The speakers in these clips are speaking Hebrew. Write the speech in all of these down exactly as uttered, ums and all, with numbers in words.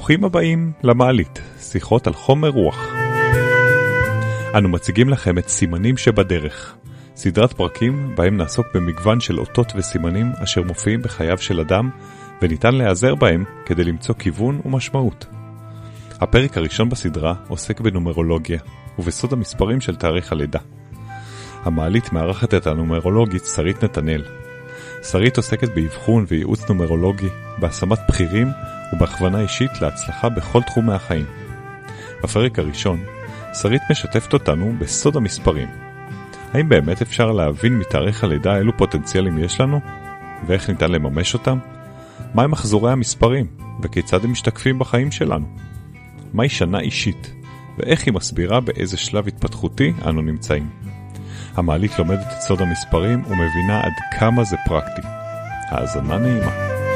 ברוכים הבאים למעלית, שיחות על חומר רוח. אנו מציגים לכם את סימנים שבדרך, סדרת פרקים בהם נעסוק במגוון של אותות וסימנים אשר מופיעים בחייו של אדם וניתן להיעזר בהם כדי למצוא כיוון ומשמעות. הפרק הראשון בסדרה עוסק בנומרולוגיה ובסוד המספרים של תאריך הלידה. המעלית מארחת את הנומרולוגית שרית נתנאל. שרית עוסקת באבחון וייעוץ נומרולוגי, בהשמת בחירים ובהכוונה אישית להצלחה בכל תחום מהחיים. בפרק הראשון, שרית משתפת אותנו בסוד המספרים. האם באמת אפשר להבין מתאריך הלידה אילו פוטנציאלים יש לנו? ואיך ניתן לממש אותם? מהם מחזורי המספרים? וכיצד הם משתקפים בחיים שלנו? מהי שנה אישית? ואיך היא מסבירה באיזה שלב התפתחותי אנו נמצאים? המעלית לומדת את סוד המספרים ומבינה עד כמה זה פרקטי. האזנה נעימה.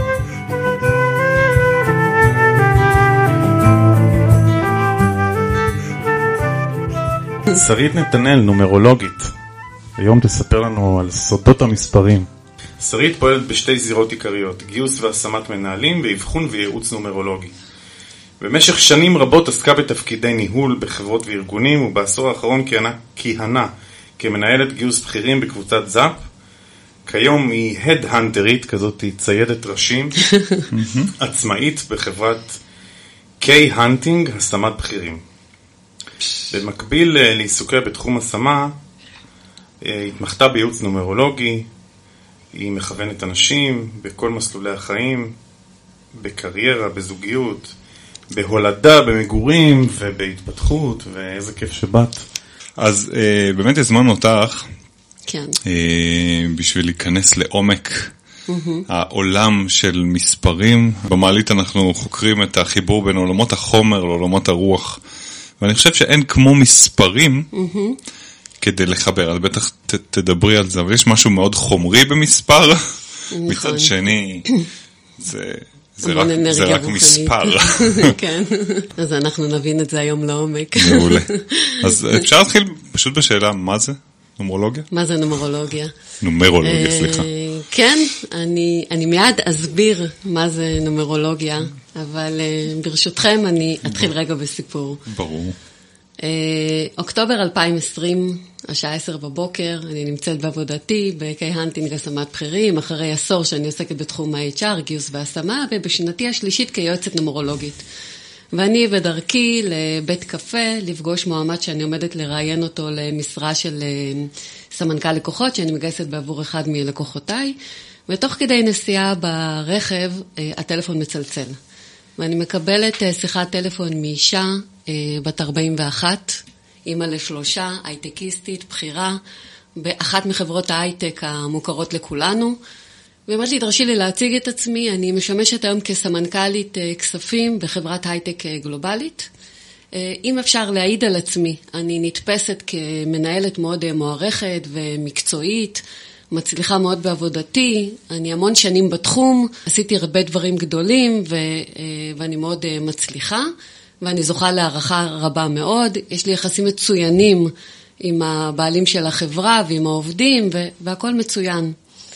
שרית נתנאל, נומרולוגית. היום תספר לנו על סודות המספרים. שרית פועלת בשתי זירות עיקריות, גיוס והשמת מנהלים ואבחון וייעוץ נומרולוגי. במשך שנים רבות עסקה בתפקידי ניהול בחברות וארגונים, ובעשור האחרון כיהנה, כיהנה כמנהלת גיוס בכירים בקבוצת זאפ. כיום היא הדהנטרית, כזאת ציידת ראשים, עצמאית בחברת קיי-הנטינג, השמת בכירים. במקביל לעיסוקיה בתחום השמה, התמחתה בייעוץ נומרולוגי, היא מכוונת אנשים בכל מסלולי החיים, בקריירה, בזוגיות, בהולדה, במגורים ובהתפתחות, ואיזה כיף שבאת. אז אה, באמת הזמנו אותך, כן. אה, בשביל להיכנס לעומק mm-hmm. העולם של מספרים. במעלית אנחנו חוקרים את החיבור בין עולמות החומר לעולמות הרוח, ואני חושב שאין כמו מספרים mm-hmm. כדי לחבר, אז בטח ת, תדברי על זה, אבל יש משהו מאוד חומרי במספר, נכון. מצד שני זה... זה רק, זה רק מספר. כן, אז אנחנו נבין את זה היום לעומק. מעולה. אז אפשר להתחיל פשוט בשאלה, מה זה נומרולוגיה? מה זה נומרולוגיה? נומרולוגיה, סליחה. כן, אני, אני מיד אסביר מה זה נומרולוגיה, אבל ברשותכם אני אתחיל רגע בסיפור. ברור. אוקטובר אלפיים ועשרים, השעה עשר בבוקר, אני נמצאת בעבודתי בקיי-הנטינג השמת בכירים, אחרי עשור שאני עוסקת בתחום ה-אייץ' אר, גיוס והשמה, ובשנתי השלישית כיועצת נומרולוגית. ואני בדרכי לבית קפה, לפגוש מועמד שאני עומדת לראיין אותו למשרה של סמנכ"ל לקוחות, שאני מגייסת בעבור אחד מלקוחותיי, ותוך כדי נסיעה ברכב, הטלפון מצלצל. ואני מקבלת שיחת טלפון מאישה, בת ארבעים ואחת, אימא לשלושה, הייטקיסטית, בחירה, באחת מחברות ההייטק המוכרות לכולנו. ואמרת לי, דרשי לי להציג את עצמי, אני משמשת היום כסמנכ"לית כספים בחברת הייטק גלובלית. אם אפשר להעיד על עצמי, אני נתפסת כמנהלת מאוד מוערכת ומקצועית, מצליחה מאוד בעבודתי, אני המון שנים בתחום, עשיתי הרבה דברים גדולים ו... ואני מאוד מצליחה. ואני זוכה להערכה רבה מאוד, יש לי יחסים מצוינים עם הבעלים של החברה ועם העובדים, והכל מצוין.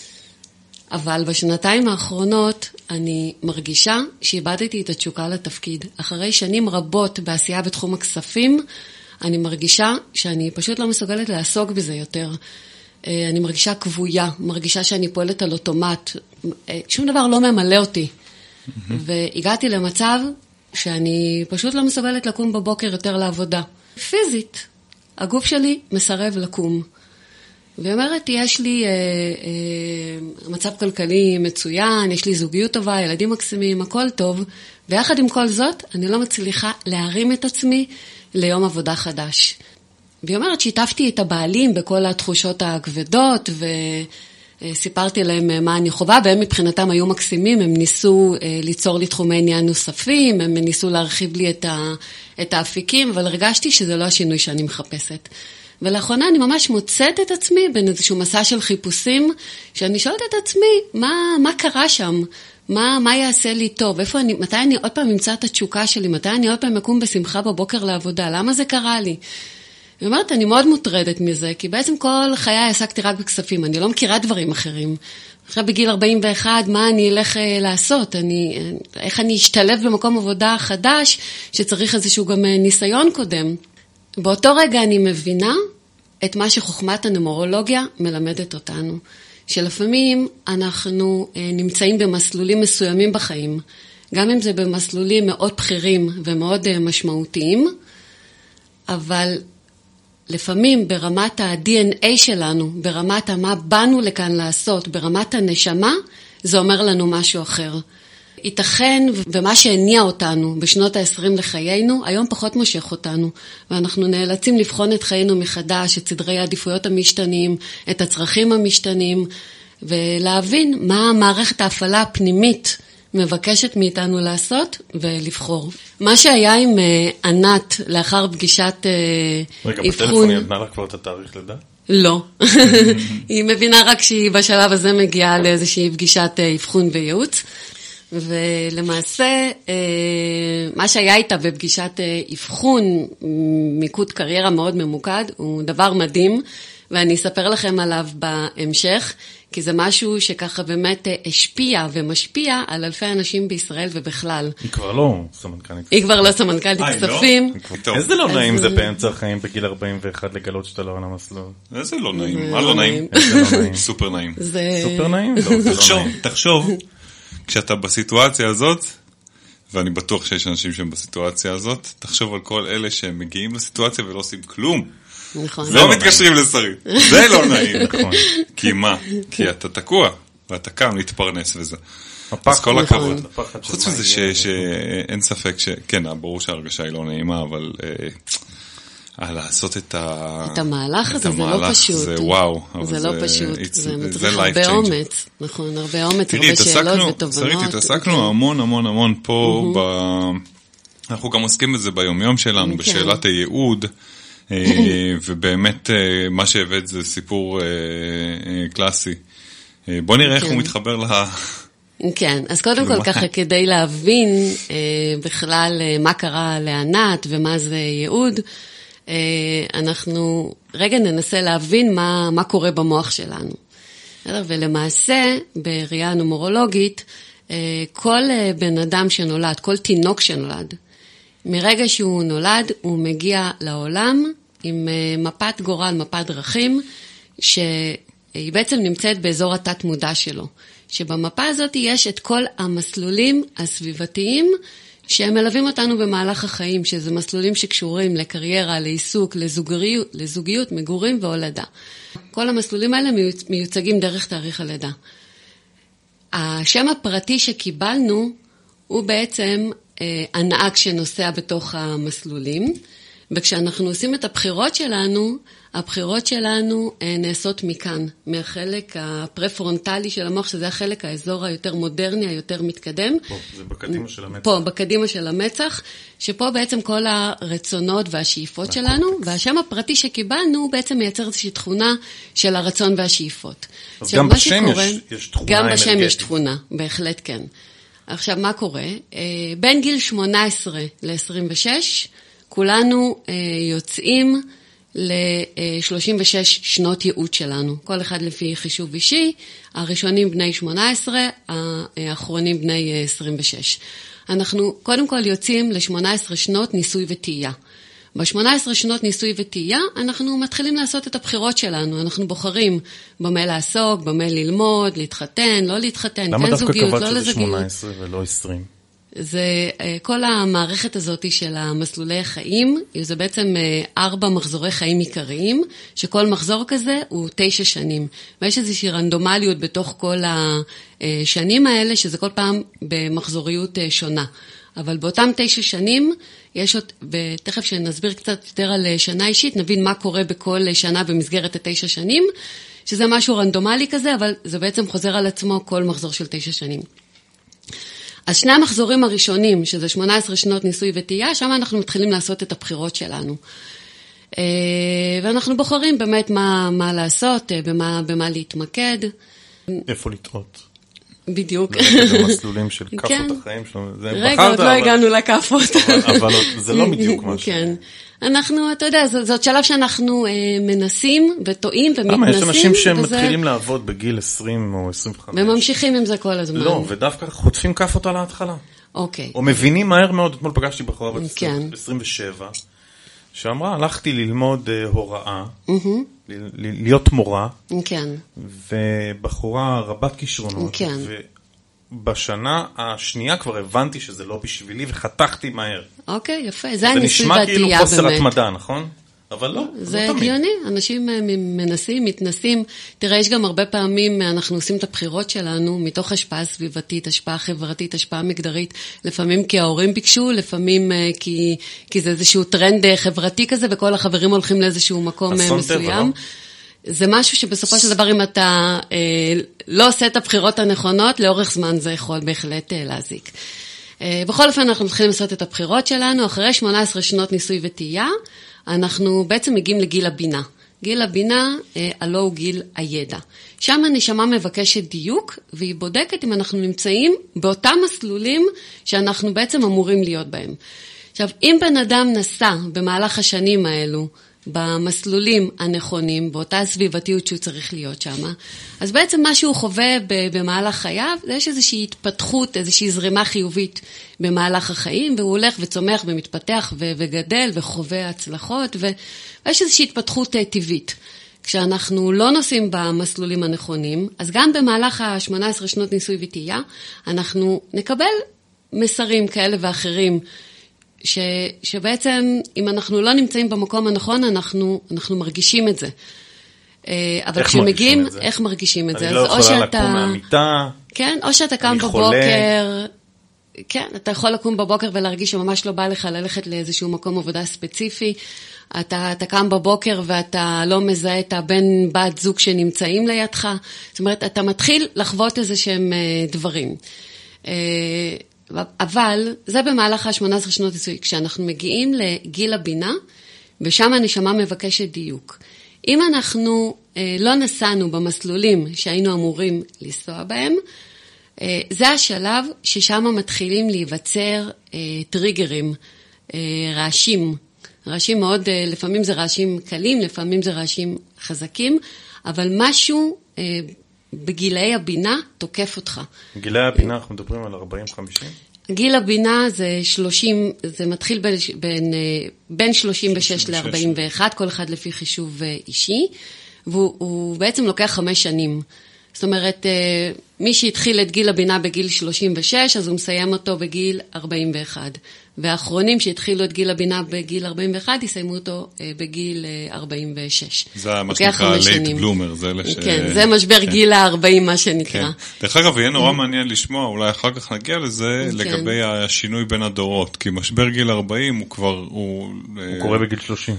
אבל בשנתיים האחרונות אני מרגישה שאיבדתי את התשוקה לתפקיד. אחרי שנים רבות בעשייה בתחום הכספים, אני מרגישה שאני פשוט לא מסוגלת לעסוק בזה יותר. אני מרגישה כבויה, מרגישה שאני פועלת על אוטומט, שום דבר לא ממלא אותי. והגעתי למצב שאני פשוט לא מסוגלת לקום בבוקר יותר לעבודה. פיזית, הגוף שלי מסרב לקום. והיא אומרת, יש לי אה, אה, מצב כלכלי מצוין, יש לי זוגיות טובה, ילדים מקסימים, הכל טוב, ויחד עם כל זאת, אני לא מצליחה להרים את עצמי ליום עבודה חדש. והיא אומרת, שיתפתי את הבעלים בכל התחושות הכבדות, ו... סיפרתי להם מה אני חובה, והם מבחינתם היו מקסימים, הם ניסו ליצור לי תחומי עניין נוספים, הם ניסו להרחיב לי את, ה, את האפיקים, אבל הרגשתי שזה לא השינוי שאני מחפשת. ולאחרונה אני ממש מוצאת את עצמי בין איזשהו מסע של חיפושים, שאני שואלת את עצמי, מה, מה קרה שם? מה, מה יעשה לי טוב? איפה אני, מתי אני עוד פעם אמצא את התשוקה שלי? מתי אני עוד פעם אקום בשמחה בבוקר לעבודה? למה זה קרה לי? היא אומרת, אני מאוד מוטרדת מזה, כי בעצם כל חיי עסקתי רק בכספים, אני לא מכירה דברים אחרים. עכשיו בגיל ארבעים ואחת, מה אני אלך לעשות? אני, איך אני אשתלב במקום עבודה חדש, שצריך איזשהו גם ניסיון קודם. באותו רגע אני מבינה את מה שחוכמת הנומרולוגיה מלמדת אותנו. שלפעמים אנחנו נמצאים במסלולים מסוימים בחיים, גם אם זה במסלולים מאוד בכירים ומאוד משמעותיים, אבל לפעמים ברמת ה-די אן איי שלנו, ברמת מה באנו לכאן לעשות, ברמת הנשמה, זה אומר לנו משהו אחר. ייתכן ומה שהניע אותנו בשנות ה-עשרים לחיינו, היום פחות מושך אותנו, ואנחנו נאלצים לבחון את חיינו מחדש, את סדרי העדיפויות המשתנים, את הצרכים המשתנים, ולהבין מה המערכת ההפעלה הפנימית מבקשת מאיתנו לעשות ולבחור. מה שהיה עם ענת לאחר פגישת רגע, אבחון... בטלפון היא נתנה לך כבר את התאריך לידה? לא. היא מבינה רק שהיא בשלב הזה מגיעה לאיזושהי פגישת אבחון וייעוץ. ולמעשה, מה שהיה איתה בפגישת אבחון, מיקוד קריירה מאוד ממוקד, הוא דבר מדהים, ואני אספר לכם עליו בהמשך, כי זה משהו שככה באמת השפיע ומשפיע על אלפי אנשים בישראל ובכלל. היא כבר לא סמנכ"לית. היא כבר לא סמנכ"לית כספים. איזה לא נעים זה באמצע החיים בגיל ארבעים ואחת לגלות שאתה לא על המסלול. איזה לא נעים, מה לא נעים? סופר נעים. סופר נעים? תחשוב, תחשוב. כשאתה בסיטואציה הזאת, ואני בטוח שיש אנשים שהם בסיטואציה הזאת, תחשוב על כל אלה שהם מגיעים לסיטואציה ולא עושים כלום. נכון. לא מתקשרים לשרים. זה לא נעים. כי מה? כי אתה תקוע, ואתה קם להתפרנס וזה. אז כל הכבוד. חוץ מזה שאין ספק ש... כן, ברור שההרגשה היא לא נעימה, אבל... לעשות את ה... את המהלך הזה, זה לא פשוט. זה וואו. זה לא פשוט. זה מצריך הרבה אומץ. נכון, הרבה אומץ, הרבה שאלות ותובנות. שרית, התעסקנו המון המון המון פה, אנחנו גם עוסקים בזה ביומיום שלנו, בשאלת הייעוד, ובאמת מה שהבאת זה סיפור קלאסי. בוא נראה איך הוא מתחבר לה... כן, אז קודם כל ככה, כדי להבין בכלל מה קרה לענת ומה זה ייעוד, אנחנו רגע ננסה להבין מה, מה קורה במוח שלנו. ולמעשה, בראייה הנומרולוגית, כל בן אדם שנולד, כל תינוק שנולד, מרגע שהוא נולד, הוא מגיע לעולם עם מפת גורל, מפת דרכים, שהיא בעצם נמצאת באזור התת מודע שלו. שבמפה הזאת יש את כל המסלולים הסביבתיים, שהם מלווים אותנו במהלך החיים, שזה מסלולים שקשורים לקריירה, לעיסוק, לזוגיות, לזוגיות, מגורים והולדה. כל המסלולים האלה מיוצגים דרך תאריך הלידה. השם הפרטי שקיבלנו הוא בעצם אה, הנהג שנוסע בתוך המסלולים, וכשאנחנו עושים את הבחירות שלנו, הבחירות שלנו אה, נעשות מכאן, מהחלק הפרפרונטלי של המוח, שזה החלק האזור היותר מודרני, היותר מתקדם. פה, זה בקדימה של המצח. פה, בקדימה של המצח, שפה בעצם כל הרצונות והשאיפות שלנו, והשם הפרטי שקיבלנו בעצם מייצר איזושהי תכונה של הרצון והשאיפות. אז גם בשם שקורה, יש, יש תכונה גם אנרגטית. בשם יש תכונה, בהחלט כן. עכשיו, מה קורה? בין גיל שמונה עשרה ל-עשרים ושש, כולנו יוצאים ל-שלושים ושש שנות ייעוד שלנו. כל אחד לפי חישוב אישי, הראשונים בני שמונה עשרה, האחרונים בני עשרים ושש. אנחנו קודם כל יוצאים ל-שמונה עשרה שנות ניסוי וטעייה. ב-שמונה עשרה שנות ניסוי וטעייה, אנחנו מתחילים לעשות את הבחירות שלנו. אנחנו בוחרים במה לעסוק, במה ללמוד, להתחתן, לא להתחתן, כן זוגיות, לא לזוגיות. למה דווקא קבעת שזה שמונה עשרה ולא עשרים? זה כל המערכת הזאת של המסלולי החיים, זה בעצם ארבע מחזורי חיים עיקריים, שכל מחזור כזה הוא תשע שנים. ויש איזושהי רנדומליות בתוך כל השנים האלה, שזה כל פעם במחזוריות שונה. אבל באותם תשע שנים, יש עוד, ותכף שנסביר קצת יותר על שנה אישית, נבין מה קורה בכל שנה במסגרת התשע שנים, שזה משהו רנדומלי כזה, אבל זה בעצם חוזר על עצמו כל מחזור של תשע שנים. אז שני המחזורים הראשונים, שזה שמונה עשרה שנות ניסוי וטעייה, שם אנחנו מתחילים לעשות את הבחירות שלנו. ואנחנו בוחרים באמת מה, מה לעשות, במה, במה להתמקד. איפה לטעות? בדיוק. זה מסלולים של כפות החיים שלנו. רגע, עוד לא הגענו לכפות. אבל זה לא בדיוק משהו. כן. אנחנו, אתה יודע, זאת שלב שאנחנו מנסים וטועים ומתנסים. למה, יש אנשים שמתחילים לעבוד בגיל עשרים או עשרים וחמש. וממשיכים עם זה כל הזמן. לא, ודווקא חוטפים כפות על ההתחלה. אוקיי. או מבינים מהר מאוד, אתמול פגשתי בחורה בת עשרים ושבע, שאמרה, הלכתי ללמוד הוראה, להיות מורה, ובחורה רבת כישרונות, ובשנה השנייה כבר הבנתי שזה לא בשבילי, וחתכתי מהר. אוקיי, יפה, זה הניסוי והתייה באמת. זה נשמע כאילו חוסר התמדה, נכון? אבל לא, זה הגיוני, אנשים מנסים, מתנסים. תראה, יש גם הרבה פעמים, אנחנו עושים את הבחירות שלנו, מתוך השפעה סביבתית, השפעה חברתית, השפעה מגדרית, לפעמים כי ההורים ביקשו, לפעמים כי, כי זה איזשהו טרנד חברתי כזה, וכל החברים הולכים לאיזשהו מקום מסוים. זה משהו שבסופו של דבר, אם אתה אה, לא עושה את הבחירות הנכונות, לאורך זמן זה יכול בהחלט אה, להזיק. אה, בכל אופן, אנחנו מתחילים לעשות את הבחירות שלנו, אחרי שמונה עשרה שנות ניסוי וטעייה, אנחנו בעצם מגיעים לגיל הבינה. גיל הבינה, אה, הלא הוא גיל הידע. שם הנשמה מבקשת דיוק, והיא בודקת אם אנחנו נמצאים באותם מסלולים שאנחנו בעצם אמורים להיות בהם. עכשיו, אם בן אדם נסע במהלך השנים האלו, במסלולים הנכונים, באותה הסביבתיות שהוא צריך להיות שם, אז בעצם מה שהוא חווה במהלך חייו, זה יש איזושהי התפתחות, איזושהי זרימה חיובית במהלך החיים, והוא הולך וצומח ומתפתח וגדל וחווה הצלחות, ויש איזושהי התפתחות טבעית. כשאנחנו לא נוסעים במסלולים הנכונים, אז גם במהלך ה-שמונה עשרה שנות ניסוי וטעייה, אנחנו נקבל מסרים כאלה ואחרים, ש, שבעצם אם אנחנו לא נמצאים במקום הנכון, אנחנו, אנחנו מרגישים את זה. אבל כשמגיעים, איך מרגישים את זה? אני לא יכולה לקום מהמיטה. כן, או שאתה קם בבוקר, כן, אתה יכול לקום בבוקר ולהרגיש שממש לא בא לך ללכת לאיזשהו מקום עבודה ספציפי, אתה, אתה קם בבוקר ואתה לא מזהה את הבן בת זוג שנמצאים לידך, זאת אומרת, אתה מתחיל לחוות איזה שהם דברים. אבל זה במהלך ה-שמונה עשרה שנות ניסוי, כשאנחנו מגיעים לגיל הבינה, ושם הנשמה מבקשת דיוק. אם אנחנו אה, לא נסענו במסלולים שהיינו אמורים לנסוע בהם, אה, זה השלב ששם מתחילים להיווצר אה, טריגרים, אה, רעשים. רעשים מאוד, אה, לפעמים זה רעשים קלים, לפעמים זה רעשים חזקים, אבל משהו אה, בגילאי הבינה תוקף אותך. גילאי הבינה, אנחנו מדברים על ארבעים חמישים? גיל הבינה זה שלושים, זה מתחיל בין, בין, בין שלושים ושש ל-ארבעים ואחת, כל אחד לפי חישוב אישי, והוא בעצם לוקח חמש שנים. זאת אומרת, מי שהתחיל את גיל הבינה בגיל שלושים ושש, אז הוא מסיים אותו בגיל ארבעים ואחת. והאחרונים שהתחילו את גיל הבינה בגיל ארבעים ואחת, יסיימו אותו בגיל ארבעים ושש. זה מה שנקרא לייט בלומר, זה אלה ש... כן, זה משבר גיל ה-ארבעים, מה שנקרא. דרך אגב, יהיה נורא מעניין לשמוע, אולי אחר כך נגיע לזה, לגבי השינוי בין הדורות, כי משבר גיל ארבעים הוא כבר... הוא קורה בגיל שלושים.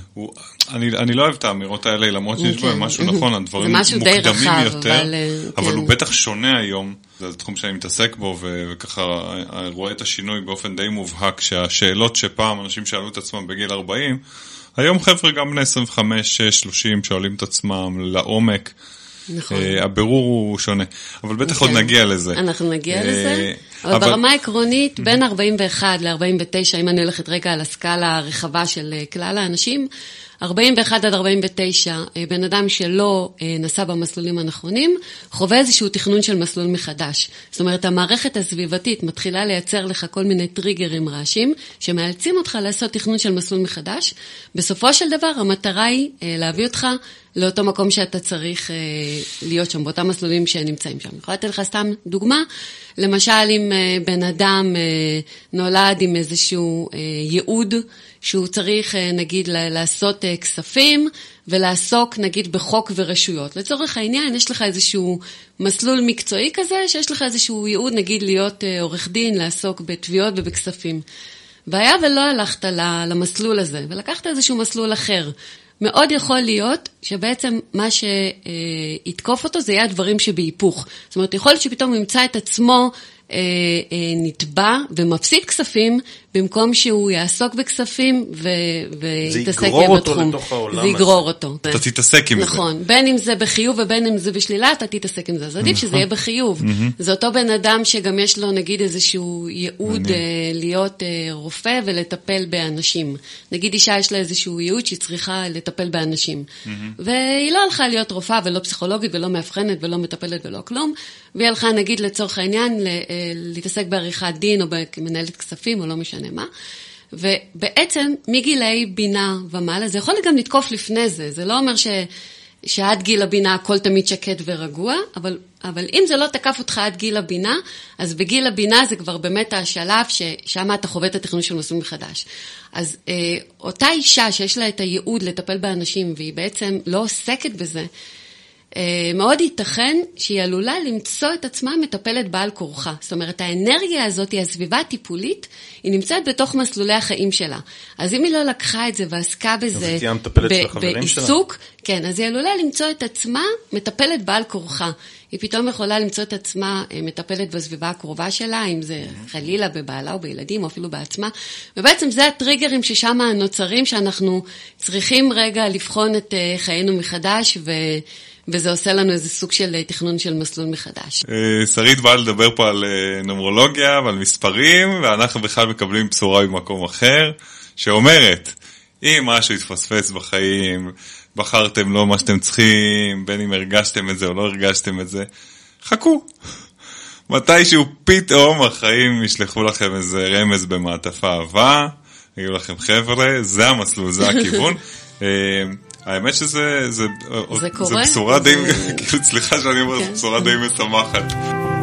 אני לא אוהב את האמירות האלה, למרות שיש בהם משהו נכון, הדברים מוקדמים יותר, אבל הוא בטח שונה היום. זה התחום שאני מתעסק בו, וככה רואה את השינוי באופן די מובהק, שהשאלות שפעם אנשים שאלו את עצמם בגיל ארבעים, היום חבר'ה גם בני עשרים וחמש, שלושים, שואלים את עצמם לעומק. נכון. הבירור הוא שונה, אבל בטח עוד נגיע לזה. אנחנו נגיע לזה, אבל ברמה העקרונית, בין ארבעים ואחת ל-ארבעים ותשע, אם אני הולכת רגע על הסקאלה הרחבה של כלל האנשים, ארבעים ואחת עד ארבעים ותשע, בן אדם שלא נסע במסלולים הנכונים, חווה איזשהו תכנון של מסלול מחדש. זאת אומרת, המערכת הסביבתית מתחילה לייצר לך כל מיני טריגרים רעשים, שמאלצים אותך לעשות תכנון של מסלול מחדש. בסופו של דבר, המטרה היא להביא אותך לאותו מקום שאתה צריך להיות שם, באותם מסלולים שנמצאים שם. אני יכולה לתת לך סתם דוגמה, למשל אם בן אדם נולד עם איזשהו ייעוד, שהוא צריך נגיד לעשות כספים ולעסוק נגיד בחוק ורשויות. לצורך העניין יש לך איזשהו מסלול מקצועי כזה, שיש לך איזשהו ייעוד נגיד להיות עורך דין, לעסוק בתביעות ובכספים. והיה ולא הלכת למסלול הזה, ולקחת איזשהו מסלול אחר. מאוד יכול להיות שבעצם מה שיתקוף אותו זה יהיה הדברים שבהיפוך. זאת אומרת, יכול להיות שפתאום הוא ימצא את עצמו נתבע ומפסיד כספים במקום שהוא יעסוק בכספים ויתעסק בתחום. זה יגרור אותו לתוך העולם. זה יגרור אותו. אתה תתעסק עם זה. נכון, בין אם זה בחיוב ובין אם זה בשלילה, אתה תתעסק עם זה. אז עדיף שזה יהיה בחיוב. זה אותו בן אדם שגם יש לו נגיד איזשהו ייעוד להיות רופא ולטפל באנשים. נגיד אישה יש לה איזשהו ייעוד שהיא צריכה לטפל באנשים. והיא לא הלכה להיות רופאה ולא פסיכולוגית ולא מאבחנת ולא מטפלת ולא כלום. והיא הלכה נגיד לצורך העניין להתעסק בעריכת דין או במנהלת כספים או לא משנה מה. ובעצם מגילי בינה ומעלה, זה יכול גם לתקוף לפני זה. זה לא אומר ש... שעד גיל הבינה הכל תמיד שקט ורגוע, אבל, אבל אם זה לא תקף אותך עד גיל הבינה, אז בגיל הבינה זה כבר באמת השלב ששם אתה חווה את התכנון של מסלול מחדש. אז אה, אותה אישה שיש לה את הייעוד לטפל באנשים, והיא בעצם לא עוסקת בזה, מאוד ייתכן שהיא עלולה למצוא את עצמה מטפלת בעל כורחה. זאת אומרת, האנרגיה הזאת, הסביבה הטיפולית, היא נמצאת בתוך מסלולי החיים שלה. אז אם היא לא לקחה את זה ועסקה בזה בעיסוק, כן, אז היא עלולה למצוא את עצמה מטפלת בעל כורחה. היא פתאום יכולה למצוא את עצמה מטפלת בסביבה הקרובה שלה, אם זה חלילה בבעלה או בילדים או אפילו בעצמה. ובעצם זה הטריגרים ששם הנוצרים שאנחנו צריכים רגע לבחון את חיינו מחדש ו... וזה עושה לנו איזה סוג של תכנון של מסלול מחדש. שרית באה לדבר פה על נומרולוגיה ועל מספרים, ואנחנו בכלל מקבלים בשורה במקום אחר, שאומרת, אם משהו יתפספס בחיים, בחרתם לא מה שאתם צריכים, בין אם הרגשתם את זה או לא הרגשתם את זה, חכו. מתישהו פתאום החיים ישלחו לכם איזה רמז במעטפה אהבה, יהיו לכם חבר'ה, זה המסלול, זה הכיוון. האמת שזה, זה, זה קורה? זה בשורה די, כאילו, סליחה שאני אומר, זה בשורה די משמחת.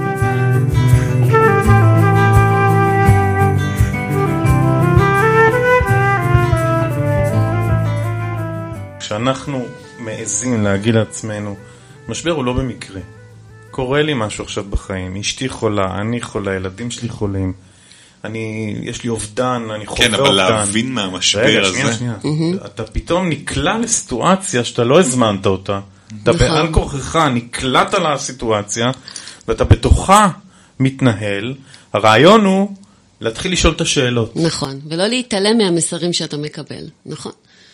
כשאנחנו מעזים להגיד לעצמנו, משבר הוא לא במקרה. קורה לי משהו עכשיו בחיים, אשתי חולה, אני חולה, ילדים שלי חולים. אני, יש לי אובדן, אני חווה אובדן. כן, אבל להבין מהמשבר הזה. רגע, שנייה, שנייה. אתה פתאום נקלע לסיטואציה שאתה לא הזמנת אותה. אתה בעל כוחך, נקלעת לסיטואציה, ואתה בתוכה מתנהל. הרעיון הוא להתחיל לשאול את השאלות. נכון, ולא להתעלם מהמסרים שאתה מקבל, נכון?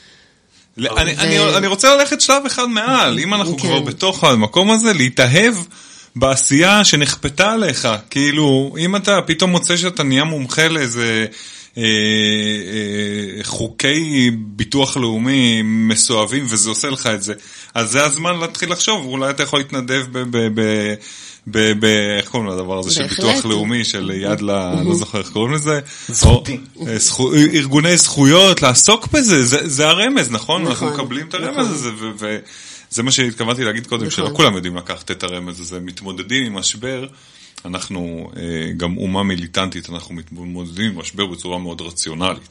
אני רוצה ללכת שלב אחד מעל. אם אנחנו כבר בתוך המקום הזה, להתאהב בעשייה שנכפתה עליך, כאילו, אם אתה פתאום מוצא שאתה נהיה מומחה לאיזה אה, אה, חוקי ביטוח לאומי מסואבים, וזה עושה לך את זה, אז זה הזמן להתחיל לחשוב, אולי אתה יכול להתנדב ב... ב, ב ב, ב איך קוראים לדבר הזה, של ביטוח לאומי, של יד ל... לא זוכר איך קוראים לזה? זכותי. ארגוני זכויות, לעסוק בזה, זה הרמז, נכון? אנחנו מקבלים את הרמז הזה, ו... זה מה שהתכוונתי להגיד קודם, שלא כולם יודעים לקחת את הרמז הזה, מתמודדים עם משבר, אנחנו גם אומה מיליטנטית, אנחנו מתמודדים עם משבר בצורה מאוד רציונלית,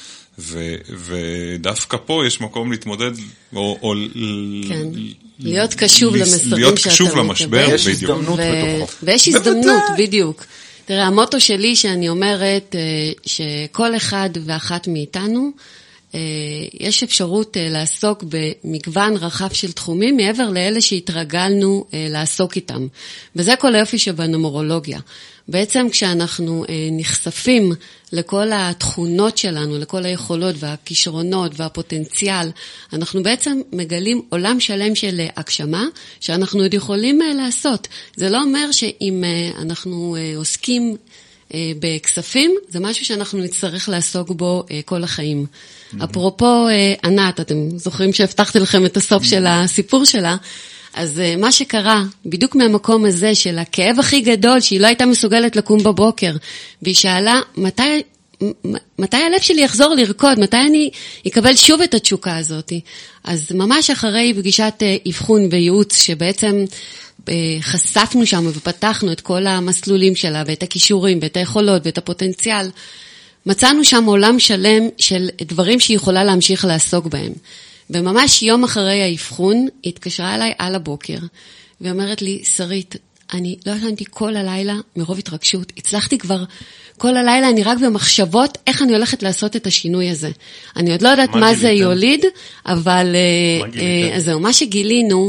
ודווקא פה יש מקום להתמודד, או להיות קשוב למסרים שאתה מקבל, יש הזדמנות בתוכו. ויש הזדמנות, בדיוק. תראה, המוטו שלי שאני אומרת, שכל אחד ואחת מאיתנו, יש אפשרות לעסוק במגוון רחב של תחומים, מעבר לאלה שהתרגלנו לעסוק איתם. וזה כל היופי שבנומרולוגיה. בעצם כשאנחנו נחשפים לכל התכונות שלנו, לכל היכולות והכישרונות והפוטנציאל, אנחנו בעצם מגלים עולם שלם של הגשמה, שאנחנו עוד יכולים לעשות. זה לא אומר שאם אנחנו עוסקים בכספים, זה משהו שאנחנו נצטרך לעסוק בו כל החיים. אפרופו ענת, אתם זוכרים שהבטחתי לכם את הסוף של הסיפור שלה, אז מה שקרה, בדיוק מהמקום הזה של הכאב הכי גדול, שהיא לא הייתה מסוגלת לקום בבוקר, והיא שאלה, מתי, מתי הלב שלי יחזור לרקוד? מתי אני אקבל שוב את התשוקה הזאת? אז ממש אחרי פגישת אבחון וייעוץ, שבעצם חשפנו שם ופתחנו את כל המסלולים שלה, ואת הכישורים, ואת היכולות, ואת הפוטנציאל, מצאנו שם עולם שלם של דברים שהיא יכולה להמשיך לעסוק בהם. וממש יום אחרי האבחון, היא התקשרה אליי על הבוקר, ואומרת לי, שרית, אני לא ישנתי כל הלילה מרוב התרגשות, הצלחתי כבר כל הלילה, אני רק במחשבות איך אני הולכת לעשות את השינוי הזה. אני עוד לא יודעת מה, מה זה יוליד, אבל אה, זהו, מה שגילינו,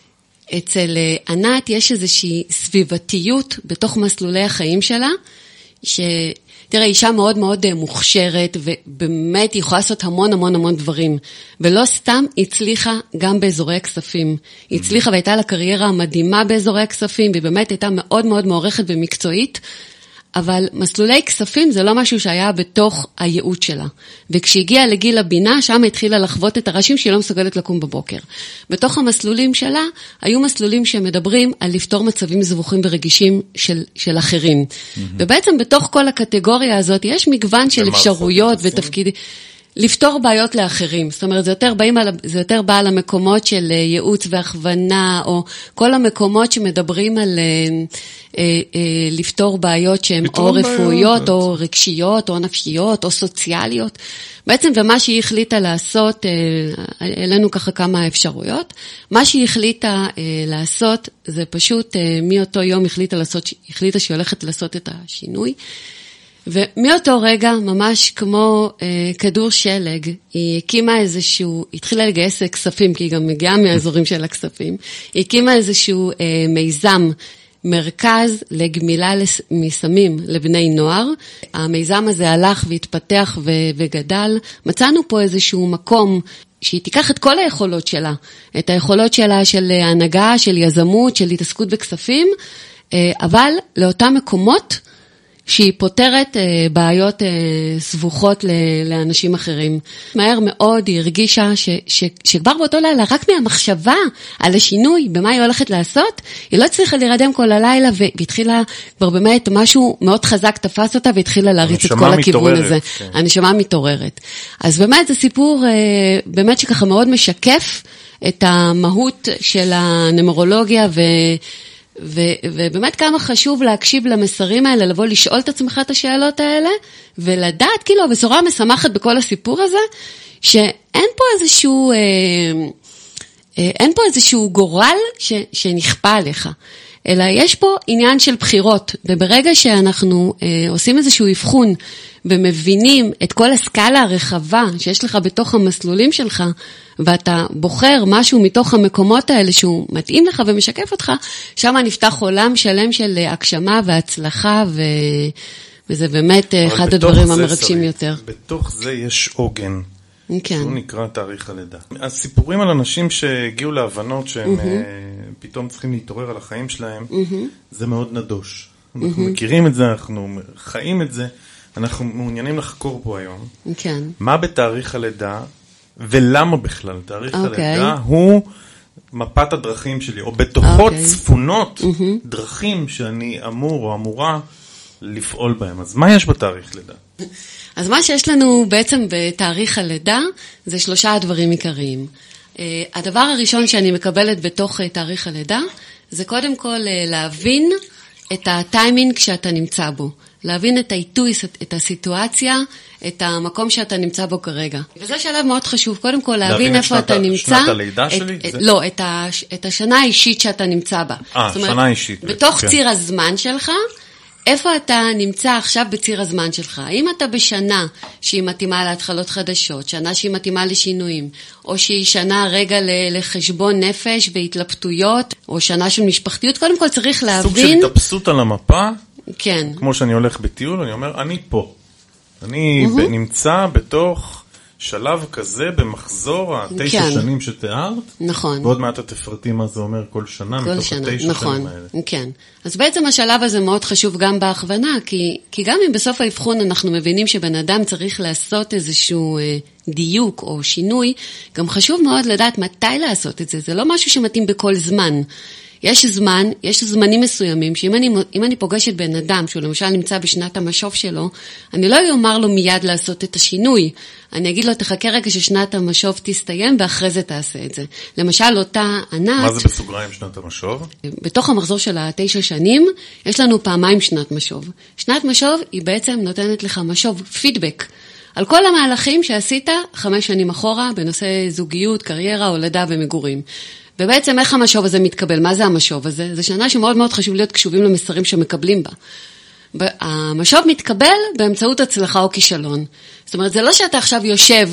שאצל ענת יש איזושהי סביבתיות בתוך מסלולי החיים שלה, ש... תראה, אישה מאוד מאוד מוכשרת, ובאמת היא יכולה לעשות המון המון המון דברים. ולא סתם הצליחה גם באזורי הכספים. היא הצליחה והייתה לה קריירה מדהימה באזורי הכספים, והיא באמת הייתה מאוד מאוד מעורכת ומקצועית, אבל מסלולי כספים זה לא משהו שהיה בתוך הייעוד שלה. וכשהגיעה לגיל הבינה, שם התחילה לחוות את הראשים שהיא לא מסוגלת לקום בבוקר. בתוך המסלולים שלה, היו מסלולים שמדברים על לפתור מצבים זבוכים ורגישים של, של אחרים. Mm-hmm. ובעצם בתוך כל הקטגוריה הזאת, יש מגוון של אפשרויות ותפקידים. לפתור בעיות לאחרים, זאת אומרת, זה יותר, באים על, זה יותר בא על המקומות של ייעוץ והכוונה, או כל המקומות שמדברים על אה, אה, אה, לפתור בעיות שהן או רפואיות, בעיות. או רגשיות, או נפשיות, או סוציאליות. בעצם, ומה שהיא החליטה לעשות, אה, אלינו ככה כמה אפשרויות, מה שהיא החליטה אה, לעשות, זה פשוט, אה, מאותו יום החליטה לעשות, החליטה שהיא הולכת לעשות את השינוי, ומאותו רגע, ממש כמו אה, כדור שלג, היא הקימה איזשהו, התחילה לגייס כספים, כי היא גם מגיעה מהאזורים של הכספים, היא הקימה איזשהו אה, מיזם, מרכז לגמילה מסמים לבני נוער. המיזם הזה הלך והתפתח ו- וגדל. מצאנו פה איזשהו מקום שהיא תיקח את כל היכולות שלה, את היכולות שלה של הנהגה, של יזמות, של התעסקות בכספים, אה, אבל לאותם מקומות, שהיא פותרת אה, בעיות אה, סבוכות ל, לאנשים אחרים. מהר מאוד היא הרגישה ש, ש, שכבר באותו לילה, רק מהמחשבה על השינוי, במה היא הולכת לעשות, היא לא הצליחה להירדם כל הלילה, והתחילה כבר באמת משהו מאוד חזק תפס אותה, והתחילה להריץ את כל הכיוון הזה. כן. הנשמה מתעוררת. אז באמת זה סיפור אה, באמת שככה מאוד משקף את המהות של הנומרולוגיה ו... ו, ובאמת כמה חשוב להקשיב למסרים האלה, לבוא לשאול את עצמך את השאלות האלה, ולדעת, כאילו, הבשורה המשמחת בכל הסיפור הזה, שאין פה איזשהו, אה, אה, אין פה איזשהו גורל ש, שנכפה עליך, אלא יש פה עניין של בחירות, וברגע שאנחנו אה, עושים איזשהו אבחון, ומבינים את כל הסקאלה הרחבה שיש לך בתוך המסלולים שלך, ואתה בוחר משהו מתוך המקומות האלה שהוא מתאים לך ומשקף אותך, שם נפתח עולם שלם של הגשמה והצלחה, ו... וזה באמת אחד הדברים המרגשים יותר. בתוך זה יש עוגן, כן. שהוא נקרא תאריך הלידה. הסיפורים על אנשים שהגיעו להבנות שהם mm-hmm. פתאום צריכים להתעורר על החיים שלהם, mm-hmm. זה מאוד נדוש. אנחנו mm-hmm. מכירים את זה, אנחנו חיים את זה, אנחנו מעוניינים לחקור פה היום. כן. מה בתאריך הלידה, ולמה בכלל? תאריך okay. הלידה הוא מפת הדרכים שלי, או בתוכו okay. צפונות mm-hmm. דרכים שאני אמור או אמורה לפעול בהם. אז מה יש בתאריך לידה? אז מה שיש לנו בעצם בתאריך הלידה, זה שלושה דברים עיקריים. הדבר הראשון שאני מקבלת בתוך תאריך הלידה, זה קודם כל להבין את הטיימינג שאתה נמצא בו. להבין את העיתוי, את הסיטואציה, את המקום שאתה נמצא בו כרגע. וזה שלב מאוד חשוב, קודם כל להבין איפה אתה נמצא. שנת הלידה שלי? לא, את השנה האישית שאתה נמצא בה. אה, שנה אישית. בתוך ציר הזמן שלך, איפה אתה נמצא עכשיו בציר הזמן שלך? האם אתה בשנה שהיא מתאימה להתחלות חדשות, שנה שהיא מתאימה לשינויים, או שהיא שנה רגע לחשבון נפש והתלבטויות, או שנה של משפחתיות? קודם כל צריך להבין... סוג של התאפסות על המפה. כן. כמו שאני הולך בטיול, אני אומר, אני פה. אני mm-hmm. נמצא בתוך שלב כזה במחזור התשע כן. שנים שתיארת. נכון. ועוד מעט תפרטי מה זה אומר כל שנה, כל מתוך שנה. התשע נכון. שנים האלה. כן. אז בעצם השלב הזה מאוד חשוב גם בהכוונה, כי, כי גם אם בסוף האבחון אנחנו מבינים שבן אדם צריך לעשות איזשהו אה, דיוק או שינוי, גם חשוב מאוד לדעת מתי לעשות את זה. זה לא משהו שמתאים בכל זמן. יש זמן, יש זמנים מסוימים, שאם אני, אם אני פוגשת בן אדם, שהוא למשל נמצא בשנת המשוב שלו, אני לא אומר לו מיד לעשות את השינוי. אני אגיד לו, תחכה רגע ששנת המשוב תסתיים, ואחרי זה תעשה את זה. למשל, אותה ענת... מה זה בסוגריים שנת המשוב? בתוך המחזור של התשע שנים, יש לנו פעמיים שנת משוב. שנת משוב היא בעצם נותנת לך משוב, פידבק, על כל המהלכים שעשית חמש שנים אחורה, בנושא זוגיות, קריירה, הולדה ומגורים. ובעצם איך המשוב הזה מתקבל? מה זה המשוב הזה? זה שנה שמאוד מאוד חשוב להיות קשובים למסרים שמקבלים בה. המשוב מתקבל באמצעות הצלחה או כישלון. זאת אומרת, זה לא שאתה עכשיו יושב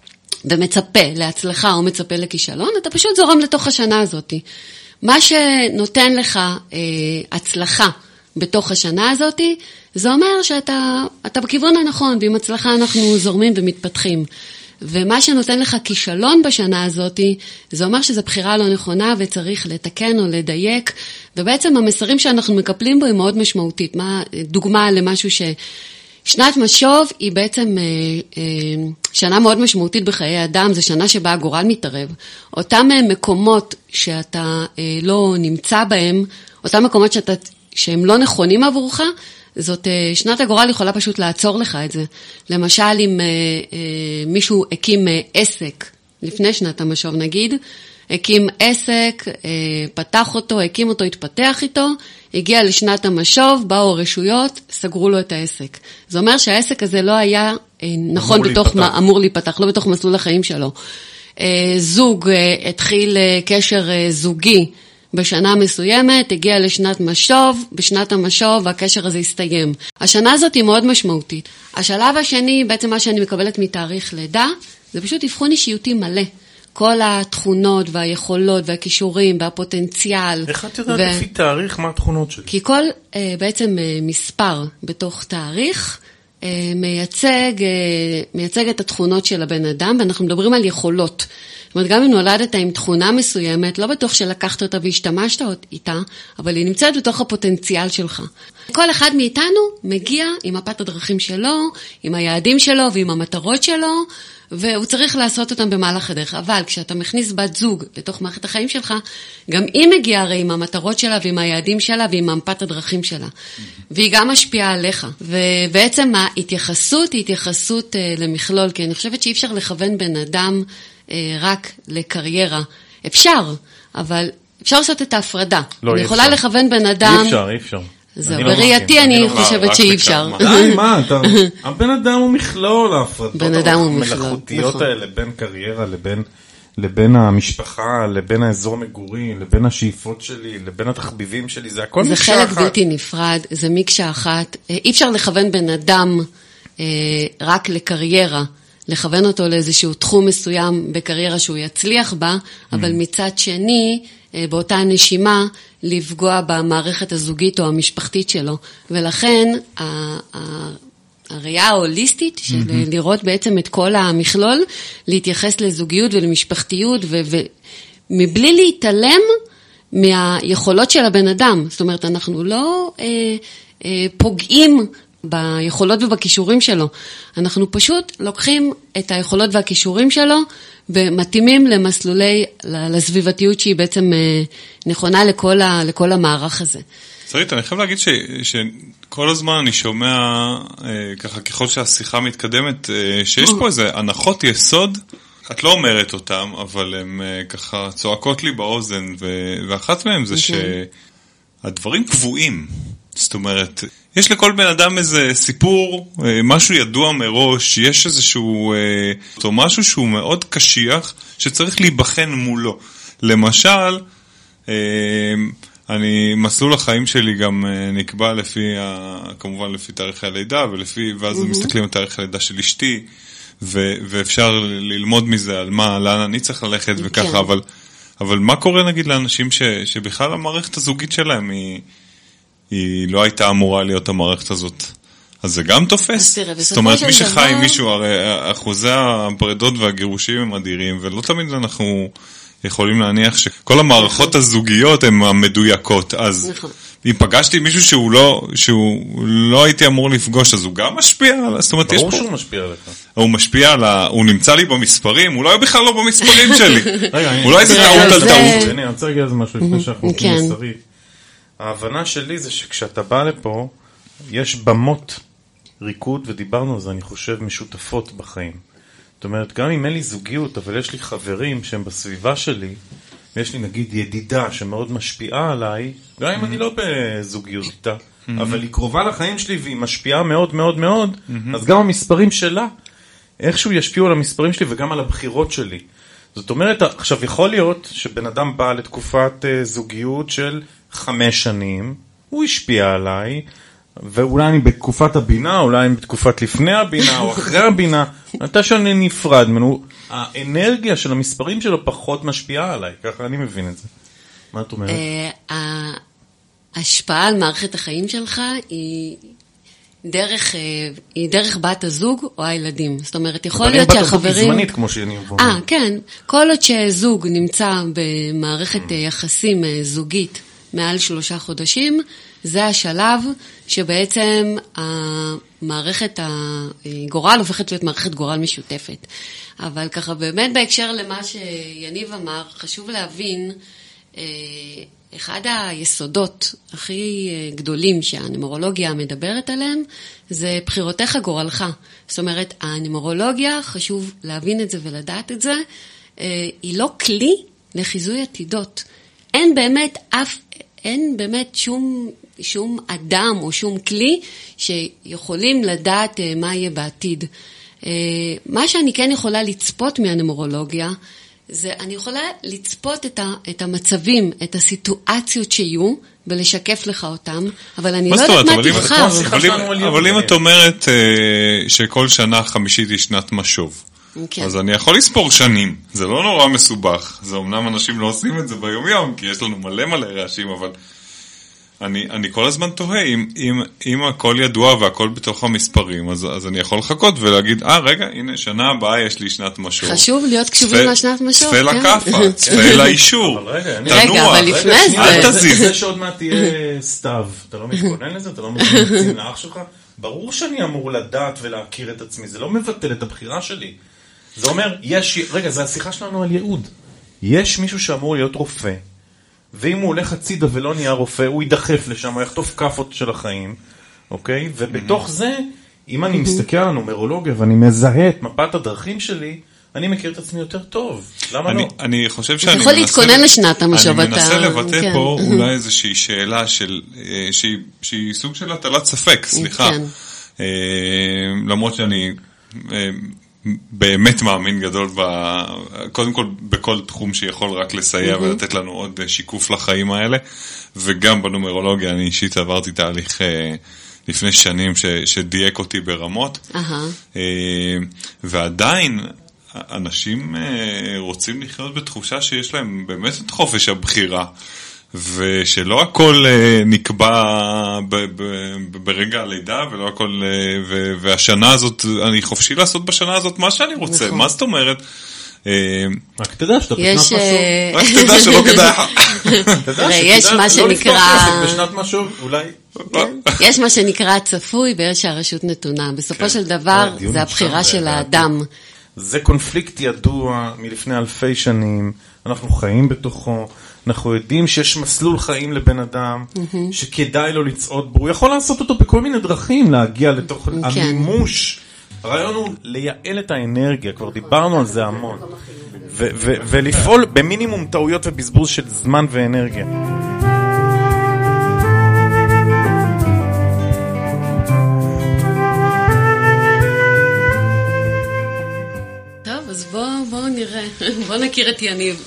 ומצפה להצלחה או מצפה לכישלון, אתה פשוט זורם לתוך השנה הזאת. מה שנותן לך אה, הצלחה בתוך השנה הזאת, זה אומר שאתה אתה בכיוון הנכון, ועם הצלחה אנחנו זורמים ומתפתחים. ומה שנותן לך כישלון בשנה הזאת, זה אומר שזו בחירה לא נכונה וצריך לתקן או לדייק, ובעצם המסרים שאנחנו מקפלים בו היא מאוד משמעותית. מה, דוגמה למשהו ש... שנת משוב היא בעצם אה, אה, שנה מאוד משמעותית בחיי אדם, זו שנה שבה הגורל מתערב. אותם מקומות שאתה אה, לא נמצא בהם, אותם מקומות שאתה, שהם לא נכונים עבורך, זאת אה, שנת הגורל יכולה פשוט לעצור לך את זה. למשל, אם אה, אה, מישהו הקים אה, עסק לפני שנת המשוב נגיד, הקים עסק, אה, פתח אותו, הקים אותו, התפתח איתו, הגיע לשנת המשוב, באו הרשויות, סגרו לו את העסק. זה אומר שהעסק הזה לא היה אה, נכון בתוך, מה, אמור להיפתח, לא בתוך מסלול החיים שלו. אה, זוג אה, התחיל אה, קשר אה, זוגי בשנה מסוימת, הגיע לשנת משוב, בשנת המשוב הקשר הזה הסתיים. השנה הזאת היא מאוד משמעותית. השלב השני, בעצם מה שאני מקבלת מתאריך לידה, זה פשוט אבחון אישיותי מלא. כל התכונות והיכולות והכישורים והפוטנציאל. איך את יודעת לפי תאריך מה התכונות שלי? כי כל בעצם מספר בתוך תאריך מייצג, מייצג את התכונות של הבן אדם, ואנחנו מדברים על יכולות. זאת אומרת, גם אם נולדת עם תכונה מסוימת, לא בטוח שלקחת אותה והשתמשת איתה, אבל היא נמצאת בתוך הפוטנציאל שלך. כל אחד מאיתנו מגיע עם מפת הדרכים שלו, עם היעדים שלו ועם המטרות שלו, והוא צריך לעשות אותם במהלך הדרך. אבל כשאתה מכניס בת זוג לתוך מערכת החיים שלך, גם היא מגיעה הרי עם המטרות שלה ועם היעדים שלה ועם מפת הדרכים שלה. והיא גם משפיעה עליך. ובעצם ההתייחסות היא התייחסות למכלול, כי אני חושבת שאי אפשר לכוון בן אדם רק לקריירה. אפשר, אבל אפשר לעשות את ההפרדה. לא, אני יכולה לכוון בן אדם... אי אפשר, אי אפשר. זהו, בראייתי אני חושבת שאי אפשר. די, מה, אתה... הבן אדם הוא מכלול, ההפרדות המלאכותיות האלה, בין קריירה לבין... לבין המשפחה, לבין האזור מגורים, לבין השאיפות שלי, לבין התחביבים שלי, זה הכל מקשה אחת. זה חלק בלתי נפרד, זה מקשה אחת. אי אפשר לכוון בן אדם רק לקריירה, לכוון אותו לאיזשהו תחום מסוים בקריירה שהוא יצליח בה, אבל מצד שני, באותה נשימה, לפגוע במערכת הזוגית או המשפחתית שלו. ולכן, הראייה ההוליסטית של לראות בעצם את כל המכלול, להתייחס לזוגיות ולמשפחתיות, ומבלי להתעלם מהיכולות של הבן אדם. זאת אומרת, אנחנו לא אה, אה, פוגעים ביכולות ובכישורים שלו. אנחנו פשוט לוקחים את היכולות והכישורים שלו, ומתאימים למסלולי, לסביבתיות שהיא בעצם נכונה לכל, ה, לכל המערך הזה. שרית, אני חייב להגיד ש, שכל הזמן אני שומע, ככה ככל שהשיחה מתקדמת, שיש פה איזה הנחות יסוד, את לא אומרת אותם, אבל הן ככה צועקות לי באוזן, ואחת מהן זה שהדברים קבועים. זאת אומרת, יש לכל בן אדם איזה סיפור, משהו ידוע מראש, יש איזשהו, או משהו שהוא מאוד קשיח, שצריך להיבחן מולו. למשל, אני, מסלול החיים שלי גם נקבע לפי, כמובן לפי תאריך הלידה, ולפי, ואז mm-hmm. מסתכלים על תאריך הלידה של אשתי, ו, ואפשר ללמוד מזה על מה, לאן אני צריך ללכת וככה, כן. אבל, אבל מה קורה נגיד לאנשים ש, שבכלל המערכת הזוגית שלהם היא, היא לא הייתה אמורה להיות המערכת הזאת. אז זה גם תופס. זאת אומרת, מי שחי עם מישהו, הרי אחוזי הפרדות והגירושים הם אדירים, ולא תמיד אנחנו יכולים להניח שכל המערכות הזוגיות הן המדויקות. אז אם פגשתי מישהו שהוא לא, שהוא לא הייתי אמור לפגוש, אז הוא גם משפיע. זאת אומרת, ברור שהוא משפיע עליך. הוא משפיע על ה... הוא נמצא לי במספרים, הוא לא היה בכלל לא במספרים שלי. אולי זה טעות על טעות. אני רוצה להגיד על זה משהו לפני שאנחנו הולכים מסרית. ההבנה שלי זה שכשאתה בא לפה, יש במות ריקוד, ודיברנו על זה, אני חושב, משותפות בחיים. זאת אומרת, גם אם אין לי זוגיות, אבל יש לי חברים שהם בסביבה שלי, ויש לי נגיד ידידה שמאוד משפיעה עליי, גם אם אני לא בזוגיות איתה, אבל היא קרובה לחיים שלי והיא משפיעה מאוד מאוד מאוד, אז גם המספרים שלה, איכשהו ישפיעו על המספרים שלי וגם על הבחירות שלי. זאת אומרת, עכשיו יכול להיות שבן אדם בא לתקופת זוגיות של חמש שנים, הוא השפיע עליי, ואולי אני בתקופת הבינה, אולי אני בתקופת לפני הבינה או אחרי הבינה, אתה שאני נפרד ממנו, האנרגיה של המספרים שלו פחות משפיעה עליי, ככה אני מבין את זה. מה את אומרת? ההשפעה על מערכת החיים שלך היא דרך, היא דרך בת הזוג או הילדים. זאת אומרת, יכול להיות שהחברים... בת הזוג זמנית, כמו שאני אומר. אה, כן. כל עוד שזוג נמצא במערכת יחסים זוגית מעל שלושה חודשים, זה השלב שבעצם המערכת הגורל הופכת להיות מערכת גורל משותפת. אבל ככה באמת בהקשר למה שיניב אמר, חשוב להבין, אחד היסודות הכי גדולים שהנומרולוגיה מדברת עליהם, זה בחירותיך גורלך. זאת אומרת, הנומרולוגיה, חשוב להבין את זה ולדעת את זה, היא לא כלי לחיזוי עתידות. אין באמת אף, אין באמת שום, שום אדם או שום כלי שיכולים לדעת מה יהיה בעתיד. מה שאני כן יכולה לצפות מהנומרולוגיה, זה אני יכולה לצפות את, ה, את המצבים, את הסיטואציות שיהיו, ולשקף לך אותם, אבל אני לא יודעת מה תבחר. אבל אם את אומרת שכל שנה חמישית היא שנת משוב, אז אני יכול לספור שנים, זה לא נורא מסובך, זה אמנם אנשים לא עושים את זה ביום יום, כי יש לנו מלא מלא רעשים, אבל אני, אני כל הזמן תוהה, אם, אם, אם הכל ידוע והכל בתוך המספרים, אז, אז אני יכול לחכות ולהגיד, אה, רגע, הנה, שנה הבאה יש לי שנת משוב. חשוב להיות קשובים לשנת משוב. צפה לכפה, צפה לאישור. רגע, אבל לפני זה. אל תזיז. זה שעוד מעט תהיה סתיו, אתה לא מתכונן לזה, אתה לא מתכונן לאח שלך. ברור שאני אמור לדעת ולהכיר את עצמי, זה לא מבטל את הבחירה שלי. זה אומר, יש, רגע, זה השיחה שלנו על ייעוד. יש מישהו שאמור להיות רופא, ואם הוא הולך הצידה ולא נהיה רופא, הוא ידחף לשם, הוא יחטוף כפות של החיים, אוקיי? ובתוך זה, אם אני מסתכל על הנומרולוגיה ואני מזהה את מפת הדרכים שלי, אני מכיר את עצמי יותר טוב. למה אני, לא? אני חושב שאני יכול להתכונן לשנת המשוב. אני מנסה לבטא כן. פה אולי איזושהי שאלה של, שהיא, שהיא סוג של הטלת ספק, סליחה. כן. למרות שאני באמת מאמין גדול, ב, קודם כל בכל תחום שיכול רק לסייע ולתת לנו עוד שיקוף לחיים האלה, וגם בנומרולוגיה אני אישית עברתי תהליך לפני שנים ש, שדייק אותי ברמות, ועדיין אנשים רוצים לחיות בתחושה שיש להם באמת את חופש הבחירה, ושלא הכל נקבע ברגע הלידה, ולא הכל, והשנה הזאת, אני חופשי לעשות בשנה הזאת מה שאני רוצה, מה זאת אומרת? רק תדע שאתה בשנת משוב. רק תדע שלא כדאי. יש מה שנקרא... בשנת משוב, אולי... יש מה שנקרא צפוי, ויש שהרשות נתונה. בסופו של דבר, זה הבחירה של האדם. זה קונפליקט ידוע מלפני אלפי שנים, אנחנו חיים בתוכו, אנחנו יודעים שיש מסלול חיים לבן אדם, שכדאי לו לצעוד בו, הוא יכול לעשות אותו בכל מיני דרכים, להגיע לתוך המימוש. הרעיון הוא לייעל את האנרגיה, כבר דיברנו על זה המון, ולפעול במינימום טעויות ובזבוז של זמן ואנרגיה. אז בואו בוא נראה, בואו נכיר את יניב.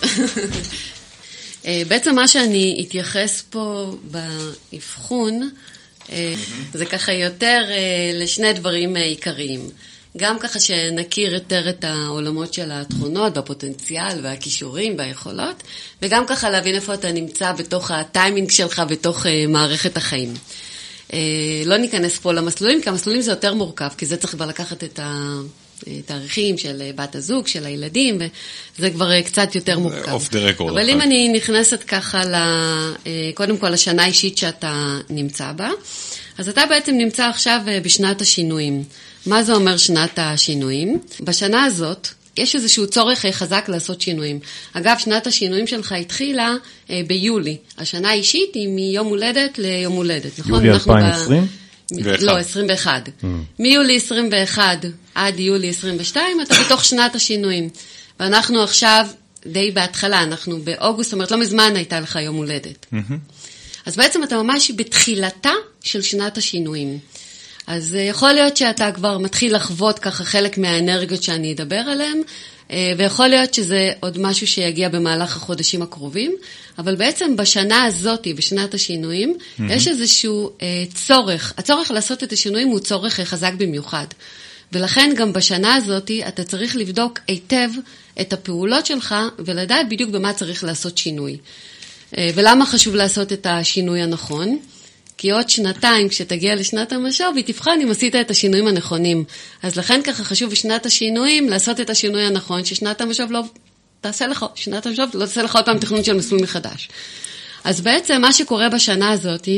בעצם מה שאני אתייחס פה באבחון, זה ככה יותר לשני דברים עיקריים. גם ככה שנכיר יותר את העולמות של התכונות, והפוטנציאל, והכישורים, והיכולות, וגם ככה להבין איפה אתה נמצא בתוך הטיימינג שלך, בתוך מערכת החיים. לא ניכנס פה למסלולים, כי המסלולים זה יותר מורכב, כי זה צריך כבר לקחת את ה... תאריכים של בת הזוג, של הילדים, וזה כבר קצת יותר מורכב. אבל אם אני נכנסת ככה, קודם כל לשנה האישית שאתה נמצא בה, אז אתה בעצם נמצא עכשיו בשנת השינויים. מה זה אומר שנת השינויים? בשנה הזאת יש איזשהו צורך חזק לעשות שינויים. אגב, שנת השינויים שלך התחילה ביולי. השנה האישית היא מיום הולדת ליום הולדת, נכון? יולי אלפיים ועשרים? לא, עשרים ואחת. מיולי עשרים ואחת עד יולי עשרים ושתיים, אתה בתוך שנת השינויים. ואנחנו עכשיו די בהתחלה, אנחנו באוגוסט, זאת אומרת, לא מזמן הייתה לך יום הולדת. אז בעצם אתה ממש בתחילתה של שנת השינויים. אז יכול להיות שאתה כבר מתחיל לחוות ככה חלק מהאנרגיות שאני אדבר עליהן, ויכול להיות שזה עוד משהו שיגיע במהלך החודשים הקרובים, אבל בעצם בשנה הזאת, בשנת השינויים, mm-hmm. יש איזשהו אה, צורך. הצורך לעשות את השינויים הוא צורך חזק במיוחד. ולכן גם בשנה הזאת אתה צריך לבדוק היטב את הפעולות שלך, ולדעת בדיוק במה צריך לעשות שינוי. אה, ולמה חשוב לעשות את השינוי הנכון? כי עוד שנתיים, כשתגיע לשנת המשוב, היא תבחן אם עשית את השינויים הנכונים. אז לכן ככה חשוב בשנת השינויים, לעשות את השינוי הנכון, ששנת המשוב לא תעשה לך, שנת המשוב לא תעשה לך עוד פעם תכנון של מסלול מחדש. אז בעצם מה שקורה בשנה הזאת,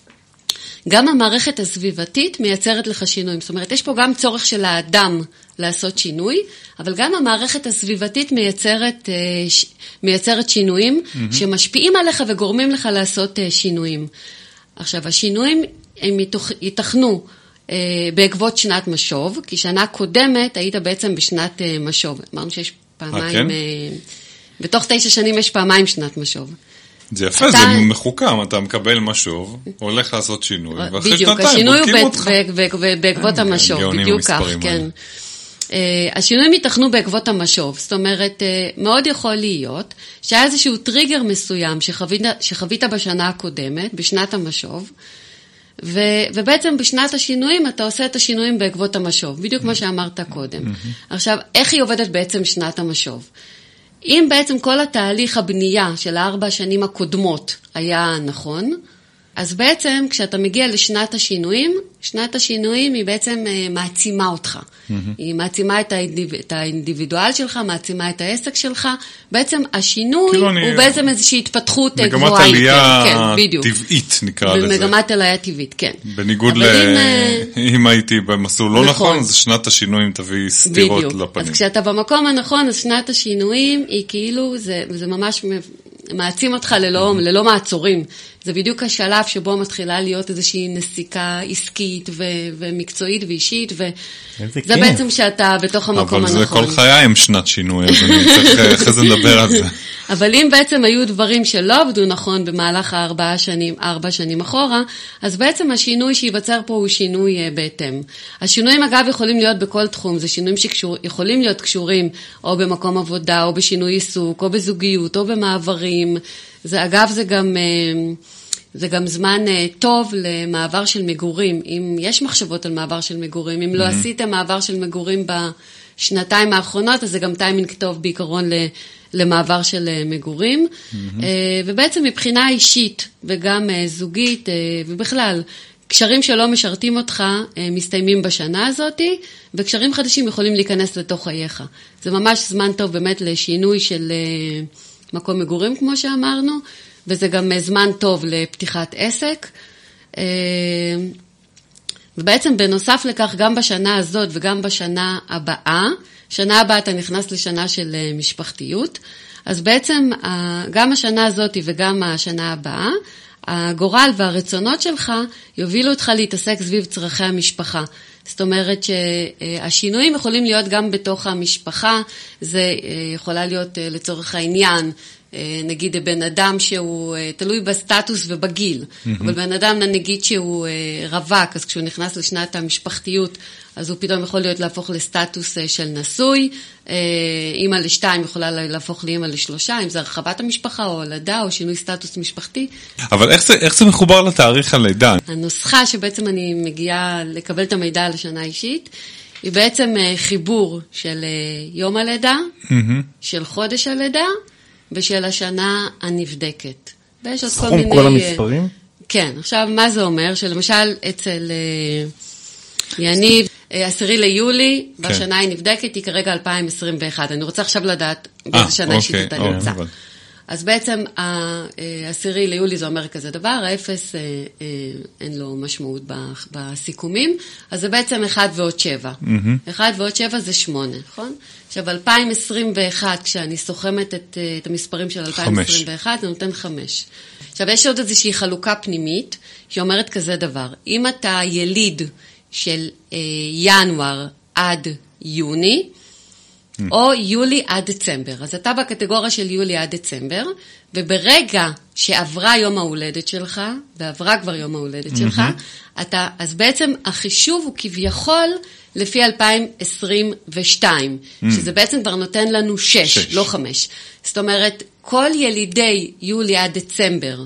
גם המערכת הסביבתית מייצרת לך שינויים. זאת אומרת, יש פה גם צורך של האדם לעשות שינוי, אבל גם המערכת הסביבתית מייצרת, מייצרת שינויים mm-hmm. שמשפיעים עליך וגורמים לך לעשות שינויים. עכשיו, השינויים הם ייתכנו בעקבות שנת משוב, כי שנה קודמת היית בעצם בשנת משוב. אמרנו שיש פעמיים, בתוך תשע שנים יש פעמיים שנת משוב. זה יפה, זה מחוכם, אתה מקבל משוב, הולך לעשות שינוי, ואחרי שנתיים בודקים אותך. בדיוק, השינוי הוא בעקבות המשוב, בדיוק כך, כן. השינויים ייתכנו בעקבות המשוב, זאת אומרת, מאוד יכול להיות שהיה איזשהו טריגר מסוים שחווית בשנה הקודמת, בשנת המשוב, ובעצם בשנת השינויים אתה עושה את השינויים בעקבות המשוב, בדיוק מה שאמרת קודם. עכשיו, איך היא עובדת בעצם שנת המשוב? אם בעצם כל התהליך הבנייה של הארבע השנים הקודמות היה נכון, אז בעצם כשאתה מגיע לשנת השינויים, שנת השינויים היא בעצם מעצימה אותך. Mm-hmm. היא מעצימה את, האינדיב... את האינדיבידואל שלך, מעצימה את העסק שלך. בעצם השינוי כאילו הוא אני... בעצם איזושהי התפתחות גבוהה. מגמת עלייה כן, טבעית נקרא לזה. מגמת עלייה טבעית, כן. בניגוד ל... אם... אם הייתי במסלול לא נכון, נכון, אז שנת השינויים תביא סתירות בדיוק. לפנים. אז כשאתה במקום הנכון, אז שנת השינויים היא כאילו, זה, זה ממש מעצים אותך ללא, mm-hmm. ללא מעצורים. זה בדיוק השלב שבו מתחילה להיות איזושהי נסיקה עסקית ו- ומקצועית ואישית, וזה כן. בעצם שאתה בתוך המקום אבל הנכון. אבל זה כל חיי עם שנת שינוי, אז אני צריך אחרי זה לדבר על זה. אבל אם בעצם היו דברים שלא עבדו נכון במהלך הארבעה שנים, ארבע שנים אחורה, אז בעצם השינוי שיווצר פה הוא שינוי בהתאם. השינויים אגב יכולים להיות בכל תחום, זה שינויים שיכולים להיות קשורים או במקום עבודה, או בשינוי עיסוק, או בזוגיות, או במעברים. זה אגב זה גם... זה גם זמן טוב למעבר של מגורים, אם יש מחשבות על מעבר של מגורים, אם לא עשיתם מעבר של מגורים בשנתיים האחרונות, אז זה גם טיימינג טוב בעיקרון למעבר של מגורים, ובעצם מבחינה אישית וגם זוגית ובכלל, קשרים שלא משרתים אותך מסתיימים בשנה הזאת, וקשרים חדשים יכולים להיכנס לתוך חייך. זה ממש זמן טוב באמת לשינוי של מקום מגורים כמו שאמרנו, וזה גם זמן טוב לפתיחת עסק. ובעצם בנוסף לכך, גם בשנה הזאת וגם בשנה הבאה, שנה הבאה אתה נכנס לשנה של משפחתיות, אז בעצם גם השנה הזאת וגם השנה הבאה, הגורל והרצונות שלך יובילו אותך להתעסק סביב צרכי המשפחה. זאת אומרת שהשינויים יכולים להיות גם בתוך המשפחה, זה יכולה להיות לצורך העניין, נגיד בן אדם שהוא תלוי בסטטוס ובגיל, mm-hmm. אבל בן אדם נגיד שהוא רווק, אז כשהוא נכנס לשנת המשפחתיות, אז הוא פתאום יכול להיות להפוך לסטטוס של נשוי, אמא לשתיים יכולה להפוך לאמא לשלושה, אם זה הרחבת המשפחה או הולדה או שינוי סטטוס משפחתי. אבל איך זה, איך זה מחובר לתאריך הלידה? הנוסחה שבעצם אני מגיעה לקבל את המידע על השנה האישית, היא בעצם חיבור של יום הלידה, mm-hmm. של חודש הלידה, ושל השנה הנבדקת. ויש עוד כל מיני... כל המספרים? כן. עכשיו, מה זה אומר? שלמשל, אצל יניב, עשירי ליולי, בשנה היא נבדקת, היא כרגע אלפיים עשרים ואחת. אני רוצה עכשיו לדעת באיזה שנה אישית אתה נמצא. אז בעצם, העשירי ליולי זה אומר כזה דבר, האפס אין לו משמעות בסיכומים, אז זה בעצם אחד ועוד שבע. אחד ועוד שבע זה שמונה, נכון? עכשיו, אלפיים עשרים ואחת, כשאני סוכמת את, את המספרים של אלפיים עשרים ואחת, זה נותן חמש. עכשיו, יש עוד איזושהי חלוקה פנימית, שאומרת כזה דבר, אם אתה יליד של אה, ינואר עד יוני, או יולי עד דצמבר. אז אתה בקטגוריה של יולי עד דצמבר, וברגע שעברה יום ההולדת שלך, ועברה כבר יום ההולדת שלך, אתה, אז בעצם החישוב הוא כביכול לפי אלפיים עשרים ושתיים, שזה בעצם כבר נותן לנו שש, לא חמש. זאת אומרת, כל ילידי יולי עד דצמבר,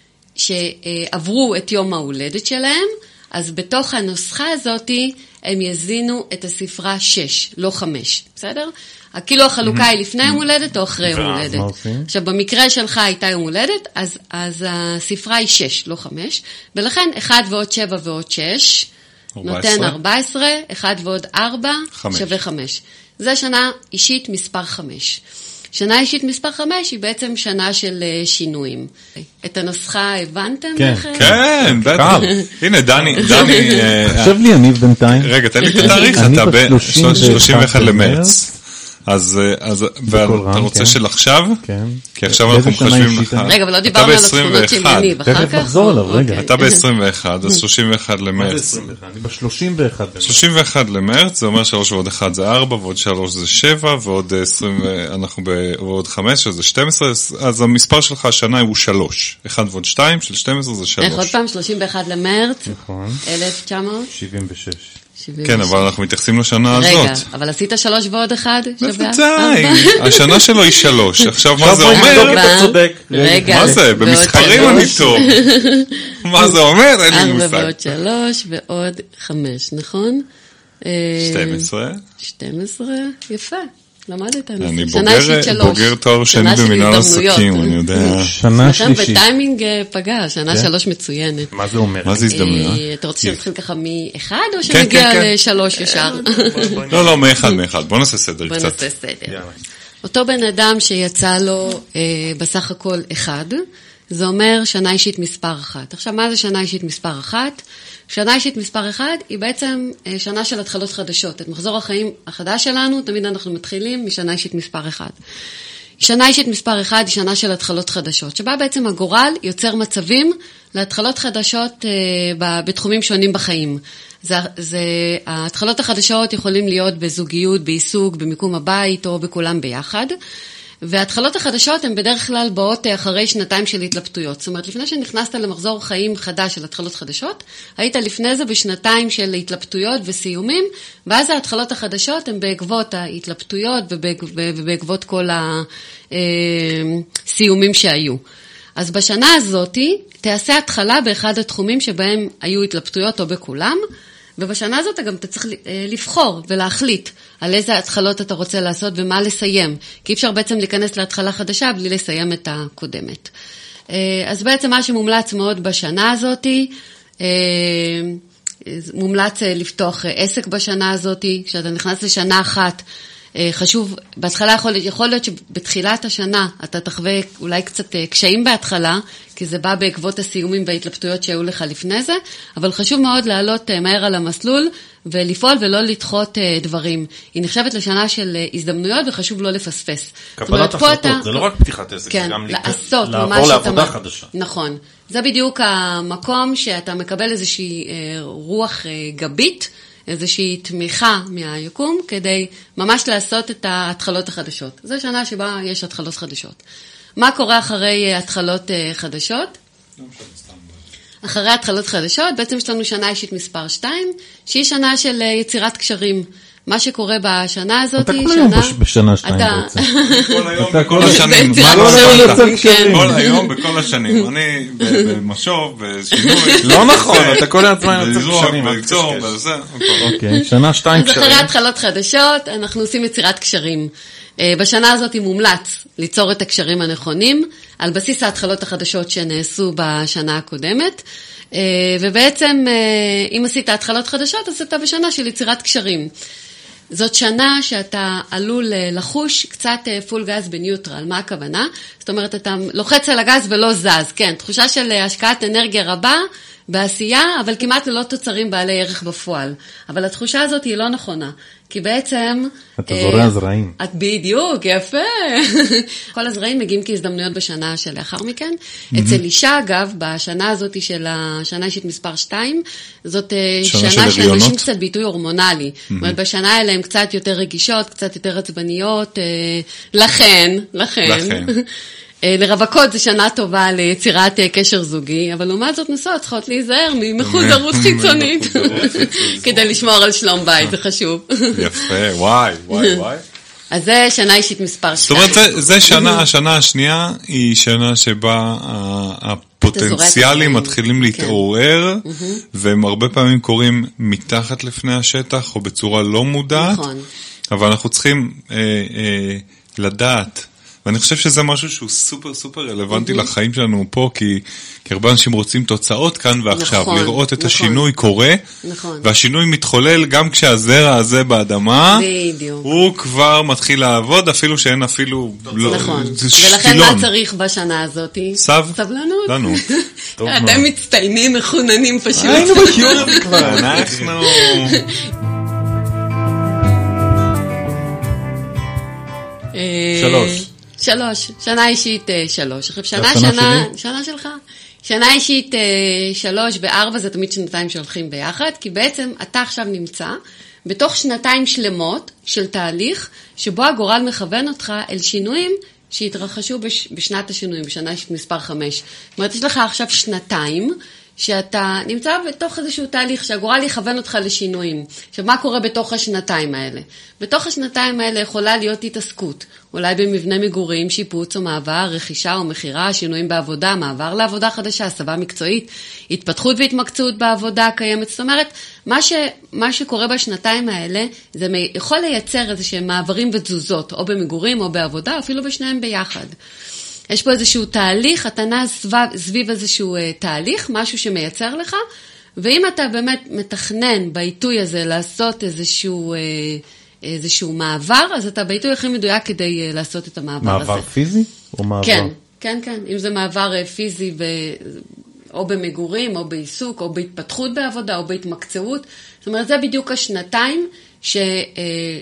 שעברו את יום ההולדת שלהם, אז בתוך הנוסחה הזאת הם יזינו את הספרה שש, לא חמש, בסדר? כאילו החלוקה היא לפני יום הולדת או אחרי יום הולדת. מה עושים? עכשיו, במקרה שלך הייתה יום הולדת, אז, אז הספרה היא שש, לא חמש, ולכן אחד ועוד שבע ועוד שש, נותן ארבע עשרה, אחד ועוד ארבע, שווה חמש. זה שנה אישית מספר חמש. שנה אישית מספר חמש היא בעצם שנה של שינויים. את הנוסחה הבנתם? כן, כן, בטח. הנה, דני, דני... חושב לי יניב בינתיים. רגע, תן לי את התאריך, אתה ב-שלושים ואחד למרץ. אז אתה רוצה של עכשיו? כן. כי עכשיו אנחנו מחשבים לך. רגע, אבל לא דיברנו על התכונות של יניב, אחר כך? תכף נחזור אליו, רגע. אתה ב-עשרים ואחד, אז שלושים ואחד למרץ. אני ב-שלושים ואחד למרץ. שלושים ואחד למרץ, זה אומר שלוש ועוד אחד זה ארבע, ועוד שלוש זה שבע, ועוד עשרים, אנחנו בעוד חמש, שזה שתים עשרה, אז המספר שלך השנה הוא שלוש. אחד ועוד שתיים, של שתים עשרה זה שלוש. איך עוד פעם? שלושים ואחד למרץ? נכון. אלף תשע מאות? שבעים ושש. כן, אבל אנחנו מתייחסים לשנה הזאת. רגע, אבל עשית שלוש ועוד אחד? בוודאי, השנה שלו היא שלוש. עכשיו מה זה אומר? רגע. מה זה? במספרים אני טוב. מה זה אומר? אין לי מושג. ארבע ועוד שלוש ועוד חמש, נכון? שתים עשרה. שתים עשרה, יפה. למדת. אני בוגר תואר שני במנהל עסקים, אני יודע. שנה שלישית. וטיימינג פגע, שנה שלוש מצוינת. מה זה אומר? מה זה הזדמנויות? אתה רוצה שנתחיל ככה מאחד, או שנגיע לשלוש ישר? לא, לא, מאחד, מאחד. בוא נעשה סדר קצת. בוא נעשה סדר. אותו בן אדם שיצא לו בסך הכל אחד, זה אומר שנה אישית מספר אחת. עכשיו, מה זה שנה אישית מספר אחת? שנה אישית מספר אחד היא בעצם שנה של התחלות חדשות. את מחזור החיים החדש שלנו, תמיד אנחנו מתחילים משנה אישית מספר אחד. שנה אישית מספר אחד היא שנה של התחלות חדשות, שבה בעצם הגורל יוצר מצבים להתחלות חדשות בתחומים שונים בחיים. זה, זה, ההתחלות החדשות יכולים להיות בזוגיות, בעיסוק, במיקום הבית או בכולם ביחד. וההתחלות החדשות הן בדרך כלל באות אחרי שנתיים של התלבטויות. זאת אומרת, לפני שנכנסת למחזור חיים חדש של התחלות חדשות, היית לפני זה בשנתיים של התלבטויות וסיומים, ואז ההתחלות החדשות הן בעקבות ההתלבטויות ובעקבות כל הסיומים שהיו. אז בשנה הזאת תעשה התחלה באחד התחומים שבהם היו התלבטויות או בכולם, ובשנה הזאת גם אתה צריך לבחור ולהחליט על איזה התחלות אתה רוצה לעשות ומה לסיים, כי אי אפשר בעצם להיכנס להתחלה חדשה בלי לסיים את הקודמת. אז בעצם מה שמומלץ מאוד בשנה הזאת, מומלץ לפתוח עסק בשנה הזאת, כשאתה נכנס לשנה אחת, חשוב, בהתחלה יכול, יכול להיות שבתחילת השנה אתה תחווה אולי קצת קשיים בהתחלה, כי זה בא בעקבות הסיומים וההתלבטויות שהיו לך לפני זה, אבל חשוב מאוד לעלות מהר על המסלול ולפעול ולא לדחות דברים. היא נחשבת לשנה של הזדמנויות וחשוב לא לפספס. קבלת החלטות, זה לא רק פתיחת עסק, כן, זה גם לעשות, לעבור לעבודה חדשה. נכון. זה בדיוק המקום שאתה מקבל איזושהי רוח גבית, איזושהי תמיכה מהיקום, כדי ממש לעשות את ההתחלות החדשות. זו שנה שבה יש התחלות חדשות. מה קורה אחרי התחלות חדשות? אחרי התחלות חדשות, בעצם יש לנו שנה אישית מספר שתיים, שהיא שנה של יצירת קשרים. מה שקורה בשנה הזאת, אתה כל היום בשנה שתיים בעצם. כל היום, בכל השנים. מה לא עושה? כל היום, בכל השנים. אני במשוב, בשינוי. לא נכון, אתה כל הזמן יוצא בשנים. בקצור, בזה. אוקיי, שנה שתיים קשרים. אז אחרי התחלות חדשות, אנחנו עושים יצירת קשרים. בשנה הזאת מומלץ ליצור את הקשרים הנכונים, על בסיס ההתחלות החדשות שנעשו בשנה הקודמת, ובעצם אם עשית התחלות חדשות, אז אתה בשנה של יצירת קשרים. זאת שנה שאתה עלול לחוש קצת פול גז בניוטרל. מה הכוונה? זאת אומרת, אתה לוחץ על הגז ולא זז. כן, תחושה של השקעת אנרגיה רבה בעשייה, אבל כמעט ללא תוצרים בעלי ערך בפועל. אבל התחושה הזאת היא לא נכונה. כי בעצם... אתה זורע זרעים. את בדיוק, יפה. כל הזרעים מגיעים כהזדמנויות בשנה שלאחר מכן. אצל אישה, אגב, בשנה הזאת של השנה אישית מספר שתיים, זאת שנה של אנשים קצת ביטוי הורמונלי. זאת אומרת, בשנה האלה הן קצת יותר רגישות, קצת יותר עצבניות. לכן, לכן. לרווקות זה שנה טובה ליצירת קשר זוגי, אבל לעומת זאת נשואות צריכות להיזהר ממחוזרות חיצונית, כדי לשמור על שלום בית, זה חשוב. יפה, וואי, וואי, וואי. אז זה שנה אישית מספר שתיים. זאת אומרת, זה שנה, השנה השנייה היא שנה שבה הפוטנציאלים מתחילים להתעורר, והם הרבה פעמים קוראים מתחת לפני השטח, או בצורה לא מודעת. נכון. אבל אנחנו צריכים אה, אה, לדעת, ואני חושב שזה משהו שהוא סופר סופר רלוונטי לחיים שלנו פה, כי, כי הרבה אנשים רוצים תוצאות כאן ועכשיו, נכון, לראות את נכון. השינוי קורה, נכון. והשינוי מתחולל גם כשהזרע הזה באדמה, בדיוק. הוא כבר מתחיל לעבוד, אפילו שאין אפילו, לא, נכון. זה ולכן שתילון. מה צריך בשנה הזאת? סב? סבלנות. לנו. אתם מצטיינים, מחוננים פשוט. היינו בשיעור הזה כבר. אנחנו... שלוש. שלוש, שנה אישית אה, שלוש. עכשיו שנה, השנה שנה, שלי? שנה שלך. שנה אישית אה, שלוש וארבע זה תמיד שנתיים שהולכים ביחד, כי בעצם אתה עכשיו נמצא בתוך שנתיים שלמות של תהליך, שבו הגורל מכוון אותך אל שינויים שהתרחשו בש, בשנת השינויים, בשנה אישית מספר חמש. זאת אומרת, יש לך עכשיו שנתיים, שאתה נמצא בתוך איזשהו תהליך שהגורל יכוון אותך לשינויים. עכשיו, מה קורה בתוך השנתיים האלה? בתוך השנתיים האלה יכולה להיות התעסקות, אולי במבנה מגורים, שיפוץ או מעבר, רכישה או מחירה, שינויים בעבודה, מעבר לעבודה חדשה, הסבה מקצועית, התפתחות והתמקצעות בעבודה הקיימת. זאת אומרת, מה, ש, מה שקורה בשנתיים האלה, זה יכול לייצר איזשהם מעברים ותזוזות, או במגורים או בעבודה, אפילו בשניהם ביחד. יש פה איזשהו תהליך, אתה נע סביב, סביב איזשהו uh, תהליך, משהו שמייצר לך, ואם אתה באמת מתכנן בעיתוי הזה לעשות איזשהו, uh, איזשהו מעבר, אז אתה בעיתוי הכי מדויק כדי uh, לעשות את המעבר הזה. מעבר פיזי או מעבר? כן, כן, כן. אם זה מעבר uh, פיזי ב, או במגורים, או בעיסוק, או בהתפתחות בעבודה, או בהתמקצעות. זאת אומרת, זה בדיוק השנתיים ש, uh,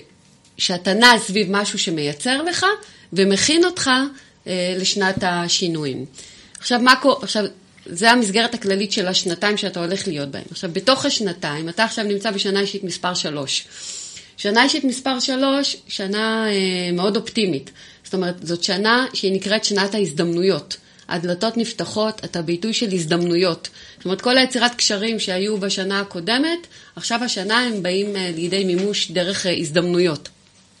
שאתה נע סביב משהו שמייצר לך, ומכין אותך לשנת השינויים. עכשיו, מה קורה? עכשיו, זה המסגרת הכללית של השנתיים שאתה הולך להיות בהם. עכשיו, בתוך השנתיים, אתה עכשיו נמצא בשנה אישית מספר שלוש. שנה אישית מספר שלוש, שנה אה, מאוד אופטימית. זאת אומרת, זאת שנה שהיא נקראת שנת ההזדמנויות. הדלתות נפתחות, אתה בעיתוי של הזדמנויות. זאת אומרת, כל היצירת קשרים שהיו בשנה הקודמת, עכשיו השנה הם באים אה, לידי מימוש דרך אה, הזדמנויות.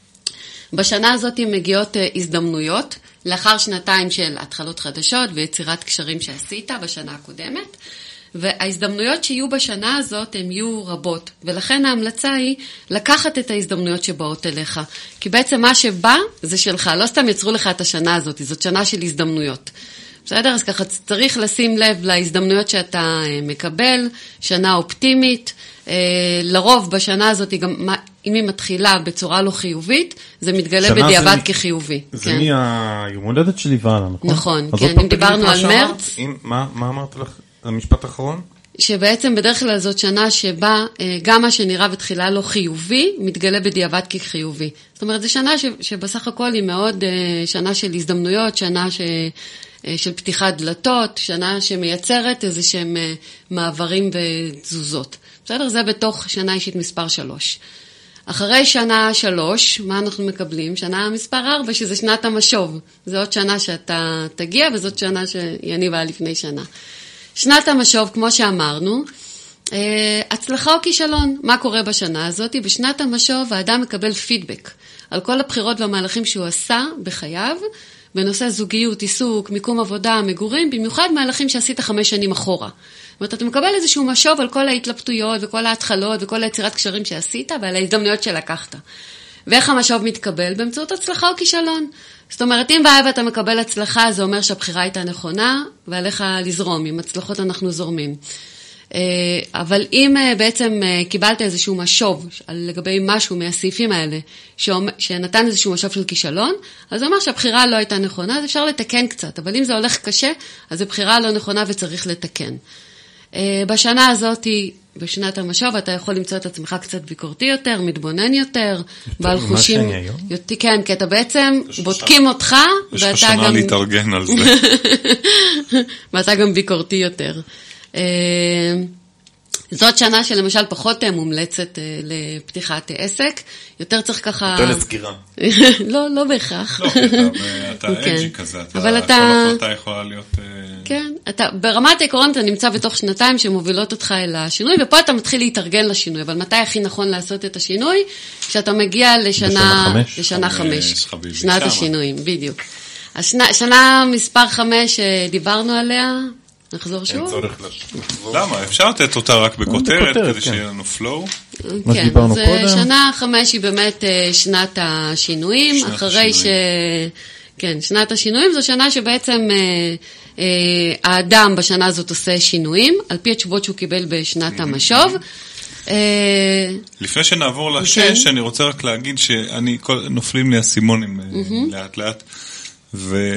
בשנה הזאת מגיעות אה, הזדמנויות, לאחר שנתיים של התחלות חדשות ויצירת קשרים שעשית בשנה הקודמת, וההזדמנויות שיהיו בשנה הזאת הן יהיו רבות, ולכן ההמלצה היא לקחת את ההזדמנויות שבאות אליך, כי בעצם מה שבא זה שלך, לא סתם יצרו לך את השנה הזאת, זאת שנה של הזדמנויות. בסדר? אז ככה צריך לשים לב להזדמנויות שאתה מקבל, שנה אופטימית, לרוב בשנה הזאת, גם אם היא מתחילה בצורה לא חיובית, זה מתגלה בדיעבד זה כחיובי. זה כן. מהיום הולדת שלי והלאה, נכון? נכון, כן, אם דיברנו על מרץ. אם, מה, מה אמרת לך? המשפט האחרון? שבעצם בדרך כלל זאת שנה שבה גם מה שנראה בתחילה לא חיובי, מתגלה בדיעבד כחיובי. זאת אומרת, זו שנה ש, שבסך הכל היא מאוד שנה של הזדמנויות, שנה ש... של פתיחת דלתות, שנה שמייצרת איזה שהם מעברים ותזוזות. בסדר? זה בתוך שנה אישית מספר שלוש. אחרי שנה שלוש, מה אנחנו מקבלים? שנה מספר ארבע, שזה שנת המשוב. זו עוד שנה שאתה תגיע, וזאת שנה שיניבה לפני שנה. שנת המשוב, כמו שאמרנו, הצלחה או כישלון. מה קורה בשנה הזאת? בשנת המשוב האדם מקבל פידבק על כל הבחירות והמהלכים שהוא עשה בחייו, בנושא זוגיות, עיסוק, מיקום עבודה, מגורים, במיוחד מהלכים שעשית חמש שנים אחורה. זאת אומרת, אתה מקבל איזשהו משוב על כל ההתלבטויות וכל ההתחלות וכל היצירת קשרים שעשית ועל ההזדמנויות שלקחת. ואיך המשוב מתקבל? באמצעות הצלחה או כישלון. זאת אומרת, אם בעיה אתה מקבל הצלחה, זה אומר שהבחירה הייתה נכונה ועליך לזרום. עם הצלחות אנחנו זורמים. אבל אם בעצם קיבלת איזשהו משוב לגבי משהו מהסעיפים האלה, שנתן איזשהו משוב של כישלון, אז זה אומר שהבחירה לא הייתה נכונה, אז אפשר לתקן קצת, אבל אם זה הולך קשה, אז הבחירה לא נכונה וצריך לתקן. בשנה הזאת, בשנת המשוב, אתה יכול למצוא את עצמך קצת ביקורתי יותר, מתבונן יותר, בעל חושים... מה שאני היום? כן, כי אתה בעצם בודקים אותך, יש לך שנה להתארגן על זה. ואתה גם ביקורתי יותר. זאת שנה שלמשל פחות מומלצת לפתיחת עסק, יותר צריך ככה... יותר לסגירה. לא, לא בהכרח. לא, אתה אג'י כזה, כל החלטה יכולה להיות... כן, ברמת העיקרון אתה נמצא בתוך שנתיים שמובילות אותך אל השינוי, ופה אתה מתחיל להתארגן לשינוי, אבל מתי הכי נכון לעשות את השינוי? כשאתה מגיע לשנה חמש, שנת השינויים, בדיוק. השנה מספר חמש דיברנו עליה, נחזור אין שוב? צורך לחזור. למה? אפשר לתת אותה רק בכותרת, בכותרת, כדי כן. שיהיה לנו פלואו. מה כן, שדיברנו אז קודם. שנה חמש היא באמת אה, שנת השינויים, שנת אחרי ש... השינויים. כן, שנת השינויים זו שנה שבעצם אה, אה, האדם בשנה הזאת עושה שינויים, על פי התשובות שהוא קיבל בשנת המשוב. אה, לפני שנעבור כן. לשש, אני רוצה רק להגיד שאני, כל- נופלים לי הסימונים לאט לאט, ו...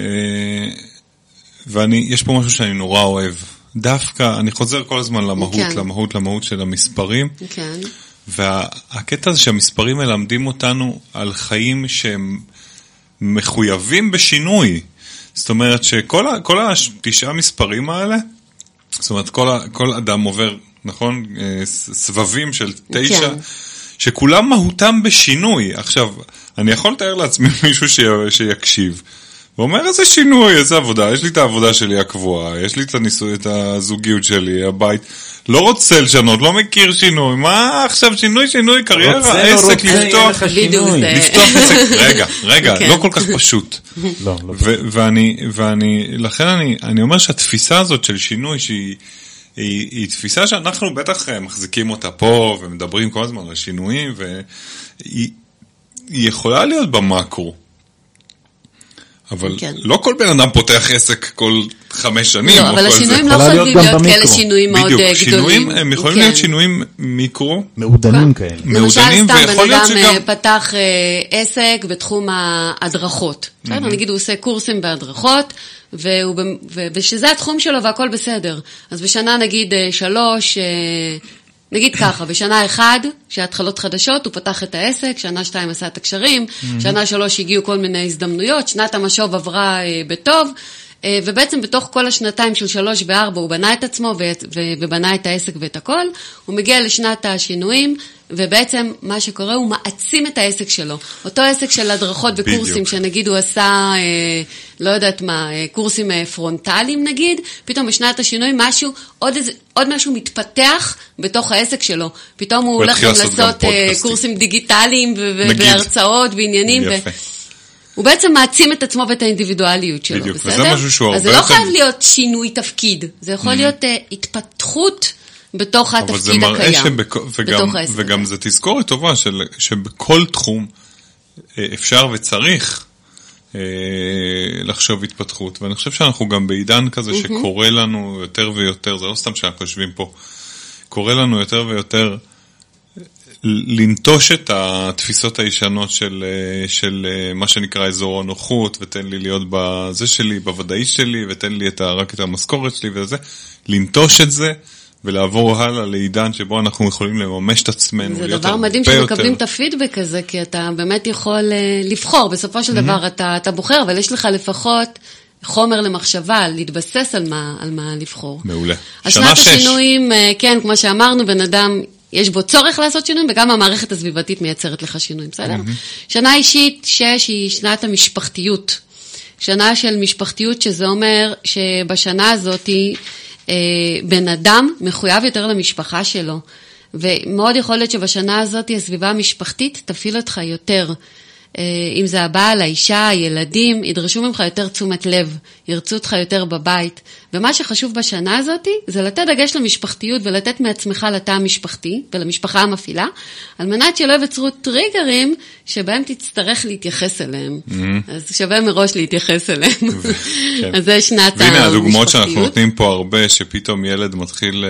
ואני, יש פה משהו שאני נורא אוהב. דווקא, אני חוזר כל הזמן למהות, כן. למהות, למהות של המספרים. כן, והקטע הזה שהמספרים מלמדים אותנו על חיים שהם מחויבים בשינוי. זאת אומרת שכל ה- כל התשעה מספרים האלה, זאת אומרת כל, ה- כל אדם עובר, נכון? אה, ס- סבבים של תשע, כן. שכולם מהותם בשינוי. עכשיו, אני יכול לתאר לעצמי מישהו ש... שיקשיב. ואומר איזה שינוי, איזה עבודה, יש לי את העבודה שלי הקבועה, יש לי את הניסוי, את הזוגיות שלי, הבית, לא רוצה לשנות, לא מכיר שינוי, מה עכשיו שינוי, שינוי, קריירה, רוצה, לא עסק, רוצה, יהיה לפתוח, לך בדיוק שינוי. זה. לפתוח עסק, רגע, רגע, כן. לא כל כך פשוט. לא, לא. ו- ואני, ואני, לכן אני, אני אומר שהתפיסה הזאת של שינוי, שהיא, היא, היא תפיסה שאנחנו בטח מחזיקים אותה פה, ומדברים כל הזמן על שינויים, והיא היא יכולה להיות במקרו. אבל כן. לא כל בן אדם פותח עסק כל חמש שנים. לא, או אבל כל השינויים זה. לא יכולה להיות חייבים גם להיות כאלה במיקרו. שינויים מאוד בדיוק, אה, שינויים, גדולים. הם יכולים כן. להיות שינויים מיקרו, מעודנים כאלה. למשל, מעודנים, סתם בן ויכול להיות אדם שגם... אה, פתח אה, עסק בתחום ההדרכות. בסדר, נגיד הוא עושה קורסים בהדרכות, והוא במ- ו- ושזה התחום שלו והכל בסדר. אז בשנה נגיד אה, שלוש, אה, נגיד ככה, בשנה אחד, שהתחלות חדשות, הוא פתח את העסק, שנה שתיים עשה את הקשרים, שנה שלוש הגיעו כל מיני הזדמנויות, שנת המשוב עברה אה, בטוב, אה, ובעצם בתוך כל השנתיים של שלוש וארבע הוא בנה את עצמו ו- ו- ובנה את העסק ואת הכל, הוא מגיע לשנת השינויים, ובעצם מה שקורה הוא מעצים את העסק שלו. אותו עסק של הדרכות וקורסים, בדיוק. שנגיד הוא עשה, אה, לא יודעת מה, אה, קורסים אה, פרונטליים נגיד, פתאום בשנת השינוי משהו, עוד, איזה, עוד משהו מתפתח בתוך העסק שלו. פתאום הוא הוא הולך התחיל גם לעשות גם לעשות אה, פודקאסטים. קורסים דיגיטליים ו- ו- נגיד. והרצאות ועניינים. ו- יפה. הוא בעצם מעצים את עצמו ואת האינדיבידואליות שלו, בדיוק, בסדר? וזה משהו שהוא אז זה הרבה לא יותר- חייב להיות שינוי תפקיד, זה יכול להיות אה, התפתחות בתוך אבל זה התפקיד מראה הקיים. שבכ... וגם, בתוך העסק. וגם זה תזכורת טובה של... שבכל תחום אה, אפשר וצריך אה, לחשוב התפתחות, ואני חושב שאנחנו גם בעידן כזה שקורה לנו יותר ויותר, זה לא סתם שאנחנו יושבים פה, קורה לנו יותר ויותר לנטוש את התפיסות הישנות של, של מה שנקרא אזור הנוחות, ותן לי להיות בזה שלי, בוודאי שלי, ותן לי את ה, רק את המשכורת שלי וזה, לנטוש את זה, ולעבור הלאה לעידן שבו אנחנו יכולים לממש את עצמנו. זה דבר מדהים שמקבלים את הפידבק הזה, כי אתה באמת יכול לבחור, בסופו של דבר אתה, אתה בוחר, אבל יש לך לפחות חומר למחשבה, להתבסס על מה, על מה לבחור. מעולה. אז שנה שנת שש. השינויים, כן, כמו שאמרנו, בן אדם, יש בו צורך לעשות שינויים, וגם המערכת הסביבתית מייצרת לך שינויים, בסדר? שנה אישית, שש, היא שנת המשפחתיות. שנה של משפחתיות, שזה אומר שבשנה הזאת, אה, בן אדם מחויב יותר למשפחה שלו, ומאוד יכול להיות שבשנה הזאת הסביבה המשפחתית תפעיל אותך יותר. אם זה הבעל, האישה, הילדים, ידרשו ממך יותר תשומת לב, ירצו אותך יותר בבית. ומה שחשוב בשנה הזאת זה לתת דגש למשפחתיות ולתת מעצמך לתא המשפחתי ולמשפחה המפעילה, על מנת שלא יווצרו טריגרים שבהם תצטרך להתייחס אליהם. אז שווה מראש להתייחס אליהם. אז זה שנת המשפחתיות. והנה הדוגמאות שאנחנו נותנים פה הרבה, שפתאום ילד מתחיל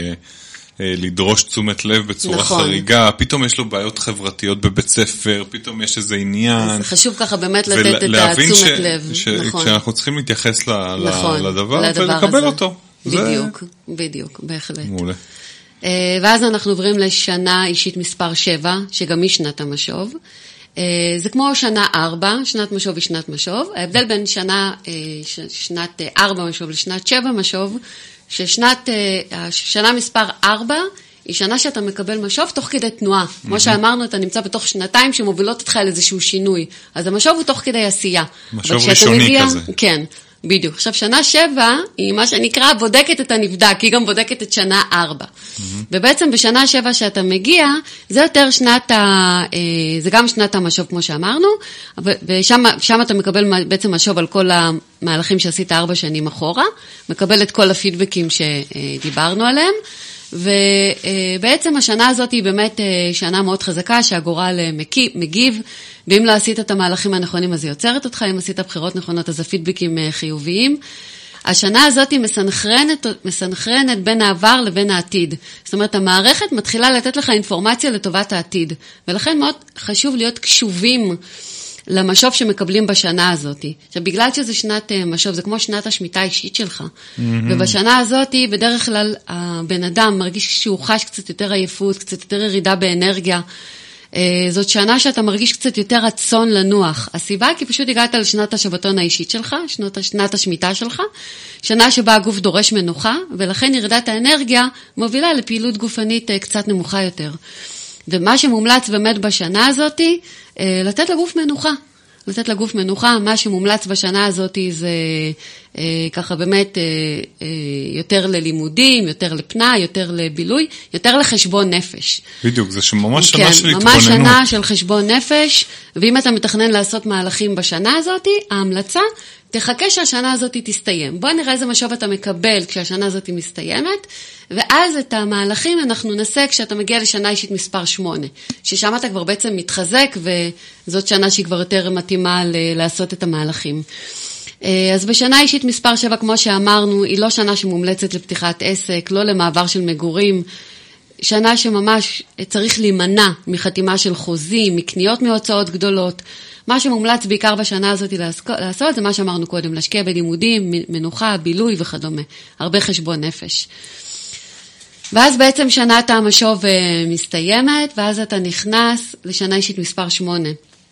לדרוש תשומת לב בצורה נכון. חריגה, פתאום יש לו בעיות חברתיות בבית ספר, פתאום יש איזה עניין. אז חשוב ככה באמת לתת את התשומת לב. ש... נכון. שאנחנו צריכים להתייחס ל... נכון, לדבר, לדבר ולקבל הזה. אותו. בדיוק, זה... בדיוק, בהחלט. מעולה. ואז אנחנו עוברים לשנה אישית מספר שבע, שגם היא שנת המשוב. זה כמו שנה ארבע, שנת משוב היא שנת משוב. ההבדל בין שנה, שנת ארבע משוב לשנת שבע משוב, ששנת, שנה מספר ארבע, היא שנה שאתה מקבל משוב תוך כדי תנועה. כמו שאמרנו, אתה נמצא בתוך שנתיים שמובילות אותך על איזשהו שינוי. אז המשוב הוא תוך כדי עשייה. משוב ראשוני מגיע, כזה. כן. בדיוק. עכשיו, שנה שבע היא מה שנקרא בודקת את הנבדק, היא גם בודקת את שנה ארבע. Mm-hmm. ובעצם בשנה שבע שאתה מגיע, זה יותר שנת ה... זה גם שנת המשוב, כמו שאמרנו, ושם שם אתה מקבל בעצם משוב על כל המהלכים שעשית ארבע שנים אחורה, מקבל את כל הפידבקים שדיברנו עליהם, ובעצם השנה הזאת היא באמת שנה מאוד חזקה, שהגורל מגיב, ואם לא עשית את המהלכים הנכונים, אז היא יוצרת אותך, אם עשית בחירות נכונות, אז הפידבקים חיוביים. השנה הזאת היא מסנכרנת, מסנכרנת בין העבר לבין העתיד. זאת אומרת, המערכת מתחילה לתת לך אינפורמציה לטובת העתיד, ולכן מאוד חשוב להיות קשובים למשוב שמקבלים בשנה הזאת. עכשיו, בגלל שזה שנת משוב, זה כמו שנת השמיטה האישית שלך. Mm-hmm. ובשנה הזאת, בדרך כלל, הבן אדם מרגיש שהוא חש קצת יותר עייפות, קצת יותר ירידה באנרגיה. זאת שנה שאתה מרגיש קצת יותר רצון לנוח. הסיבה כי פשוט הגעת לשנת השבתון האישית שלך, שנת, שנת השמיטה שלך, שנה שבה הגוף דורש מנוחה, ולכן ירידת האנרגיה מובילה לפעילות גופנית קצת נמוכה יותר. ומה שמומלץ באמת בשנה הזאת, לתת לגוף מנוחה. לתת לגוף מנוחה, מה שמומלץ בשנה הזאת זה אה, ככה באמת אה, אה, יותר ללימודים, יותר לפנאי, יותר לבילוי, יותר לחשבון נפש. בדיוק, זה שממש כן, שנה של התבוננות. ממש שנה של חשבון נפש, ואם אתה מתכנן לעשות מהלכים בשנה הזאת, ההמלצה, תחכה שהשנה הזאת תסתיים. בוא נראה איזה משוב אתה מקבל כשהשנה הזאת מסתיימת, ואז את המהלכים אנחנו נעשה כשאתה מגיע לשנה אישית מספר שמונה, ששם אתה כבר בעצם מתחזק, וזאת שנה שהיא כבר יותר מתאימה ל- לעשות את המהלכים. אז בשנה אישית מספר שבע, כמו שאמרנו, היא לא שנה שמומלצת לפתיחת עסק, לא למעבר של מגורים, שנה שממש צריך להימנע מחתימה של חוזים, מקניות מהוצאות גדולות. מה שמומלץ בעיקר בשנה הזאת לעשות, זה מה שאמרנו קודם, להשקיע בלימודים, מנוחה, בילוי וכדומה. הרבה חשבון נפש. ואז בעצם שנת המשוב מסתיימת, ואז אתה נכנס לשנה אישית מספר שמונה.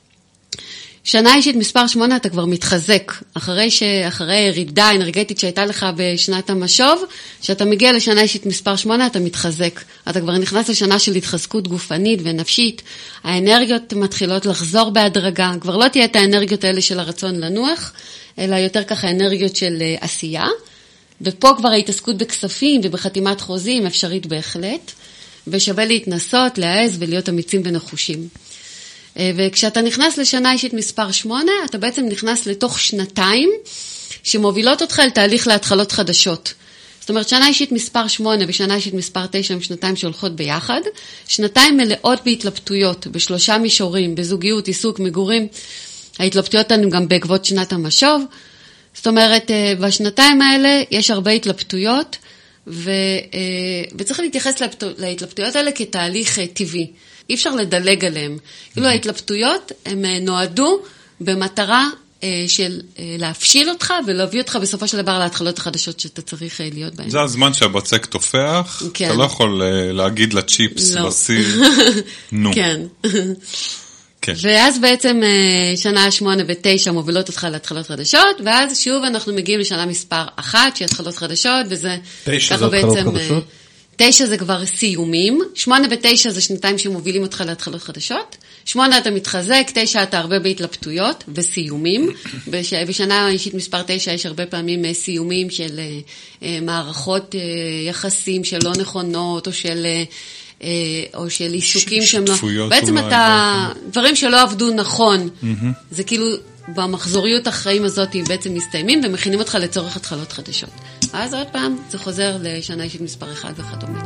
שנה אישית מספר שמונה אתה כבר מתחזק, אחרי ש... אחרי ירידה אנרגטית שהייתה לך בשנת המשוב, שאתה מגיע לשנה אישית מספר שמונה אתה מתחזק, אתה כבר נכנס לשנה של התחזקות גופנית ונפשית, האנרגיות מתחילות לחזור בהדרגה, כבר לא תהיה את האנרגיות האלה של הרצון לנוח, אלא יותר ככה אנרגיות של עשייה, ופה כבר ההתעסקות בכספים ובחתימת חוזים אפשרית בהחלט, ושווה להתנסות, להעז ולהיות אמיצים ונחושים. וכשאתה נכנס לשנה אישית מספר שמונה, אתה בעצם נכנס לתוך שנתיים שמובילות אותך אל תהליך להתחלות חדשות. זאת אומרת, שנה אישית מספר שמונה ושנה אישית מספר תשע הם שנתיים שהולכות ביחד, שנתיים מלאות בהתלבטויות, בשלושה מישורים, בזוגיות, עיסוק, מגורים. ההתלבטויות הן גם בעקבות שנת המשוב. זאת אומרת, בשנתיים האלה יש הרבה התלבטויות, ו... וצריך להתייחס להתלבטויות האלה כתהליך טבעי. אי אפשר לדלג עליהם. כאילו ההתלבטויות הן נועדו במטרה של להפשיל אותך ולהביא אותך בסופו של דבר להתחלות החדשות שאתה צריך להיות בהן. זה הזמן שהבצק תופח, כן. אתה לא יכול להגיד לצ'יפס, לא. בסיר, נו. כן. כן. ואז בעצם שנה שמונה ותשע מובילות אותך להתחלות חדשות, ואז שוב אנחנו מגיעים לשנה מספר אחת, שהיא התחלות חדשות, וזה תשע זה התחלות חדשות? תשע זה כבר סיומים, שמונה ותשע זה שנתיים שמובילים אותך להתחלות חדשות, שמונה אתה מתחזק, תשע אתה הרבה בהתלבטויות וסיומים, בש... בשנה אישית מספר תשע יש הרבה פעמים סיומים של מערכות יחסים שלא נכונות, או של... או של עיסוקים שהם לא... בעצם אתה... דברים שלא עבדו נכון, זה כאילו במחזוריות החיים הזאת בעצם מסתיימים ומכינים אותך לצורך התחלות חדשות. אז עוד פעם זה חוזר לשנה אישית מספר אחד וכדומה.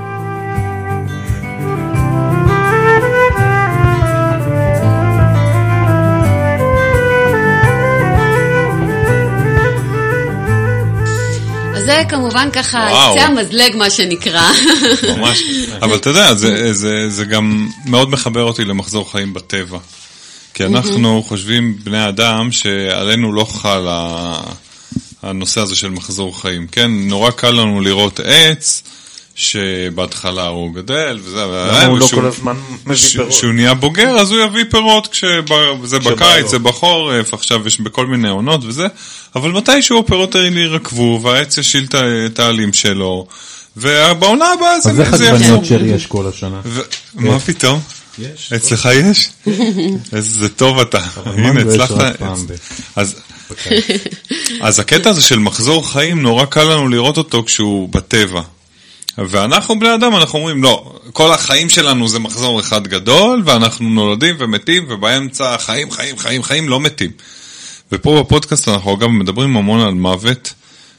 זה כמובן ככה, זה המזלג מה שנקרא. ממש, אבל אתה יודע, זה, זה, זה גם מאוד מחבר אותי למחזור חיים בטבע. כי אנחנו חושבים, בני אדם, שעלינו לא חל הנושא הזה של מחזור חיים. כן, נורא קל לנו לראות עץ, שבהתחלה הוא גדל, וזה, הוא לא כל הזמן מביא פירות. שהוא נהיה בוגר, אז הוא יביא פירות, כשזה בקיץ, זה בחורף, עכשיו יש בכל מיני עונות וזה, אבל מתישהו הפירות האלה ירקבו, והעץ ישיל את העלים שלו, ובעונה הבאה זה יחזור. אז איך עגבניות שרי יש כל השנה? מה פתאום? יש. אצלך יש? איזה טוב אתה. הנה, הצלחת. אז אז הקטע הזה של מחזור חיים, נורא קל לנו לראות אותו כשהוא בטבע. ואנחנו בני אדם, אנחנו אומרים, לא, כל החיים שלנו זה מחזור אחד גדול, ואנחנו נולדים ומתים, ובאמצע חיים, חיים, חיים, חיים לא מתים. ופה בפודקאסט אנחנו אגב מדברים המון על מוות,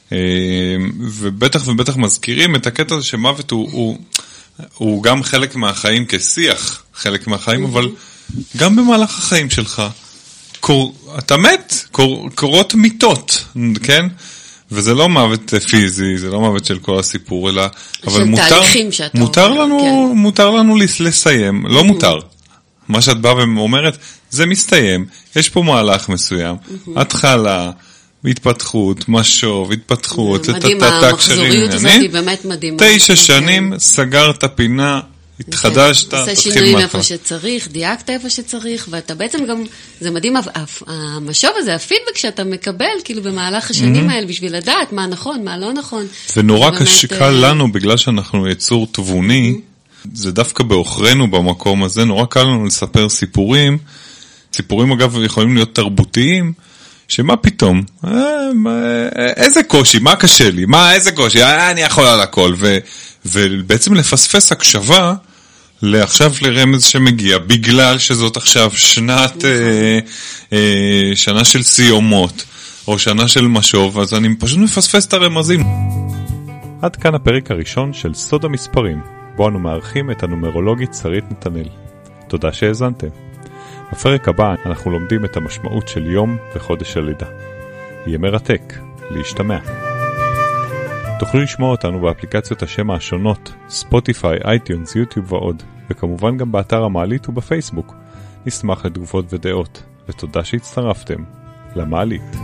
ובטח ובטח מזכירים את הקטע הזה שמוות הוא, הוא, הוא גם חלק מהחיים כשיח, חלק מהחיים, אבל גם במהלך החיים שלך, קור, אתה מת, קור, קורות מיתות, כן? וזה לא מוות פיזי, זה לא מוות של כל הסיפור, אלא, אבל מותר, מותר לנו, כן. מותר לנו לסיים, לא מותר. מה שאת באה ואומרת, זה מסתיים, יש פה מהלך מסוים, התחלה, התפתחות, משוב, התפתחות, מדהים, המחזוריות הזאת היא באמת מדהימה. תשע שנים, סגרת פינה, התחדשת, תתחיל מהתחלה. עושה שינויים איפה שצריך, דייקת איפה שצריך, ואתה בעצם גם, זה מדהים, המשוב הזה, הפידבק שאתה מקבל, כאילו במהלך השנים האלה, בשביל לדעת מה נכון, מה לא נכון. ונורא קל לנו, בגלל שאנחנו יצור תבוני, זה דווקא באוכרנו במקום הזה, נורא קל לנו לספר סיפורים, סיפורים אגב יכולים להיות תרבותיים, שמה פתאום, איזה קושי, מה קשה לי, מה, איזה קושי, אני יכול על הכל, ו, ובעצם לפספס הקשבה, לעכשיו לרמז שמגיע, בגלל שזאת עכשיו שנת, אה, אה, שנה של סיומות, או שנה של משוב, אז אני פשוט מפספס את הרמזים. עד כאן הפרק הראשון של סוד המספרים, בו אנו מארחים את הנומרולוגית שרית נתנאל. תודה שהאזנתם. בפרק הבא אנחנו לומדים את המשמעות של יום וחודש הלידה. יהיה מרתק, להשתמע. תוכלו לשמוע אותנו באפליקציות השם השונות, ספוטיפיי, אייטיונס, יוטיוב ועוד, וכמובן גם באתר המעלית ובפייסבוק. נשמח לתגובות ודעות, ותודה שהצטרפתם למעלית.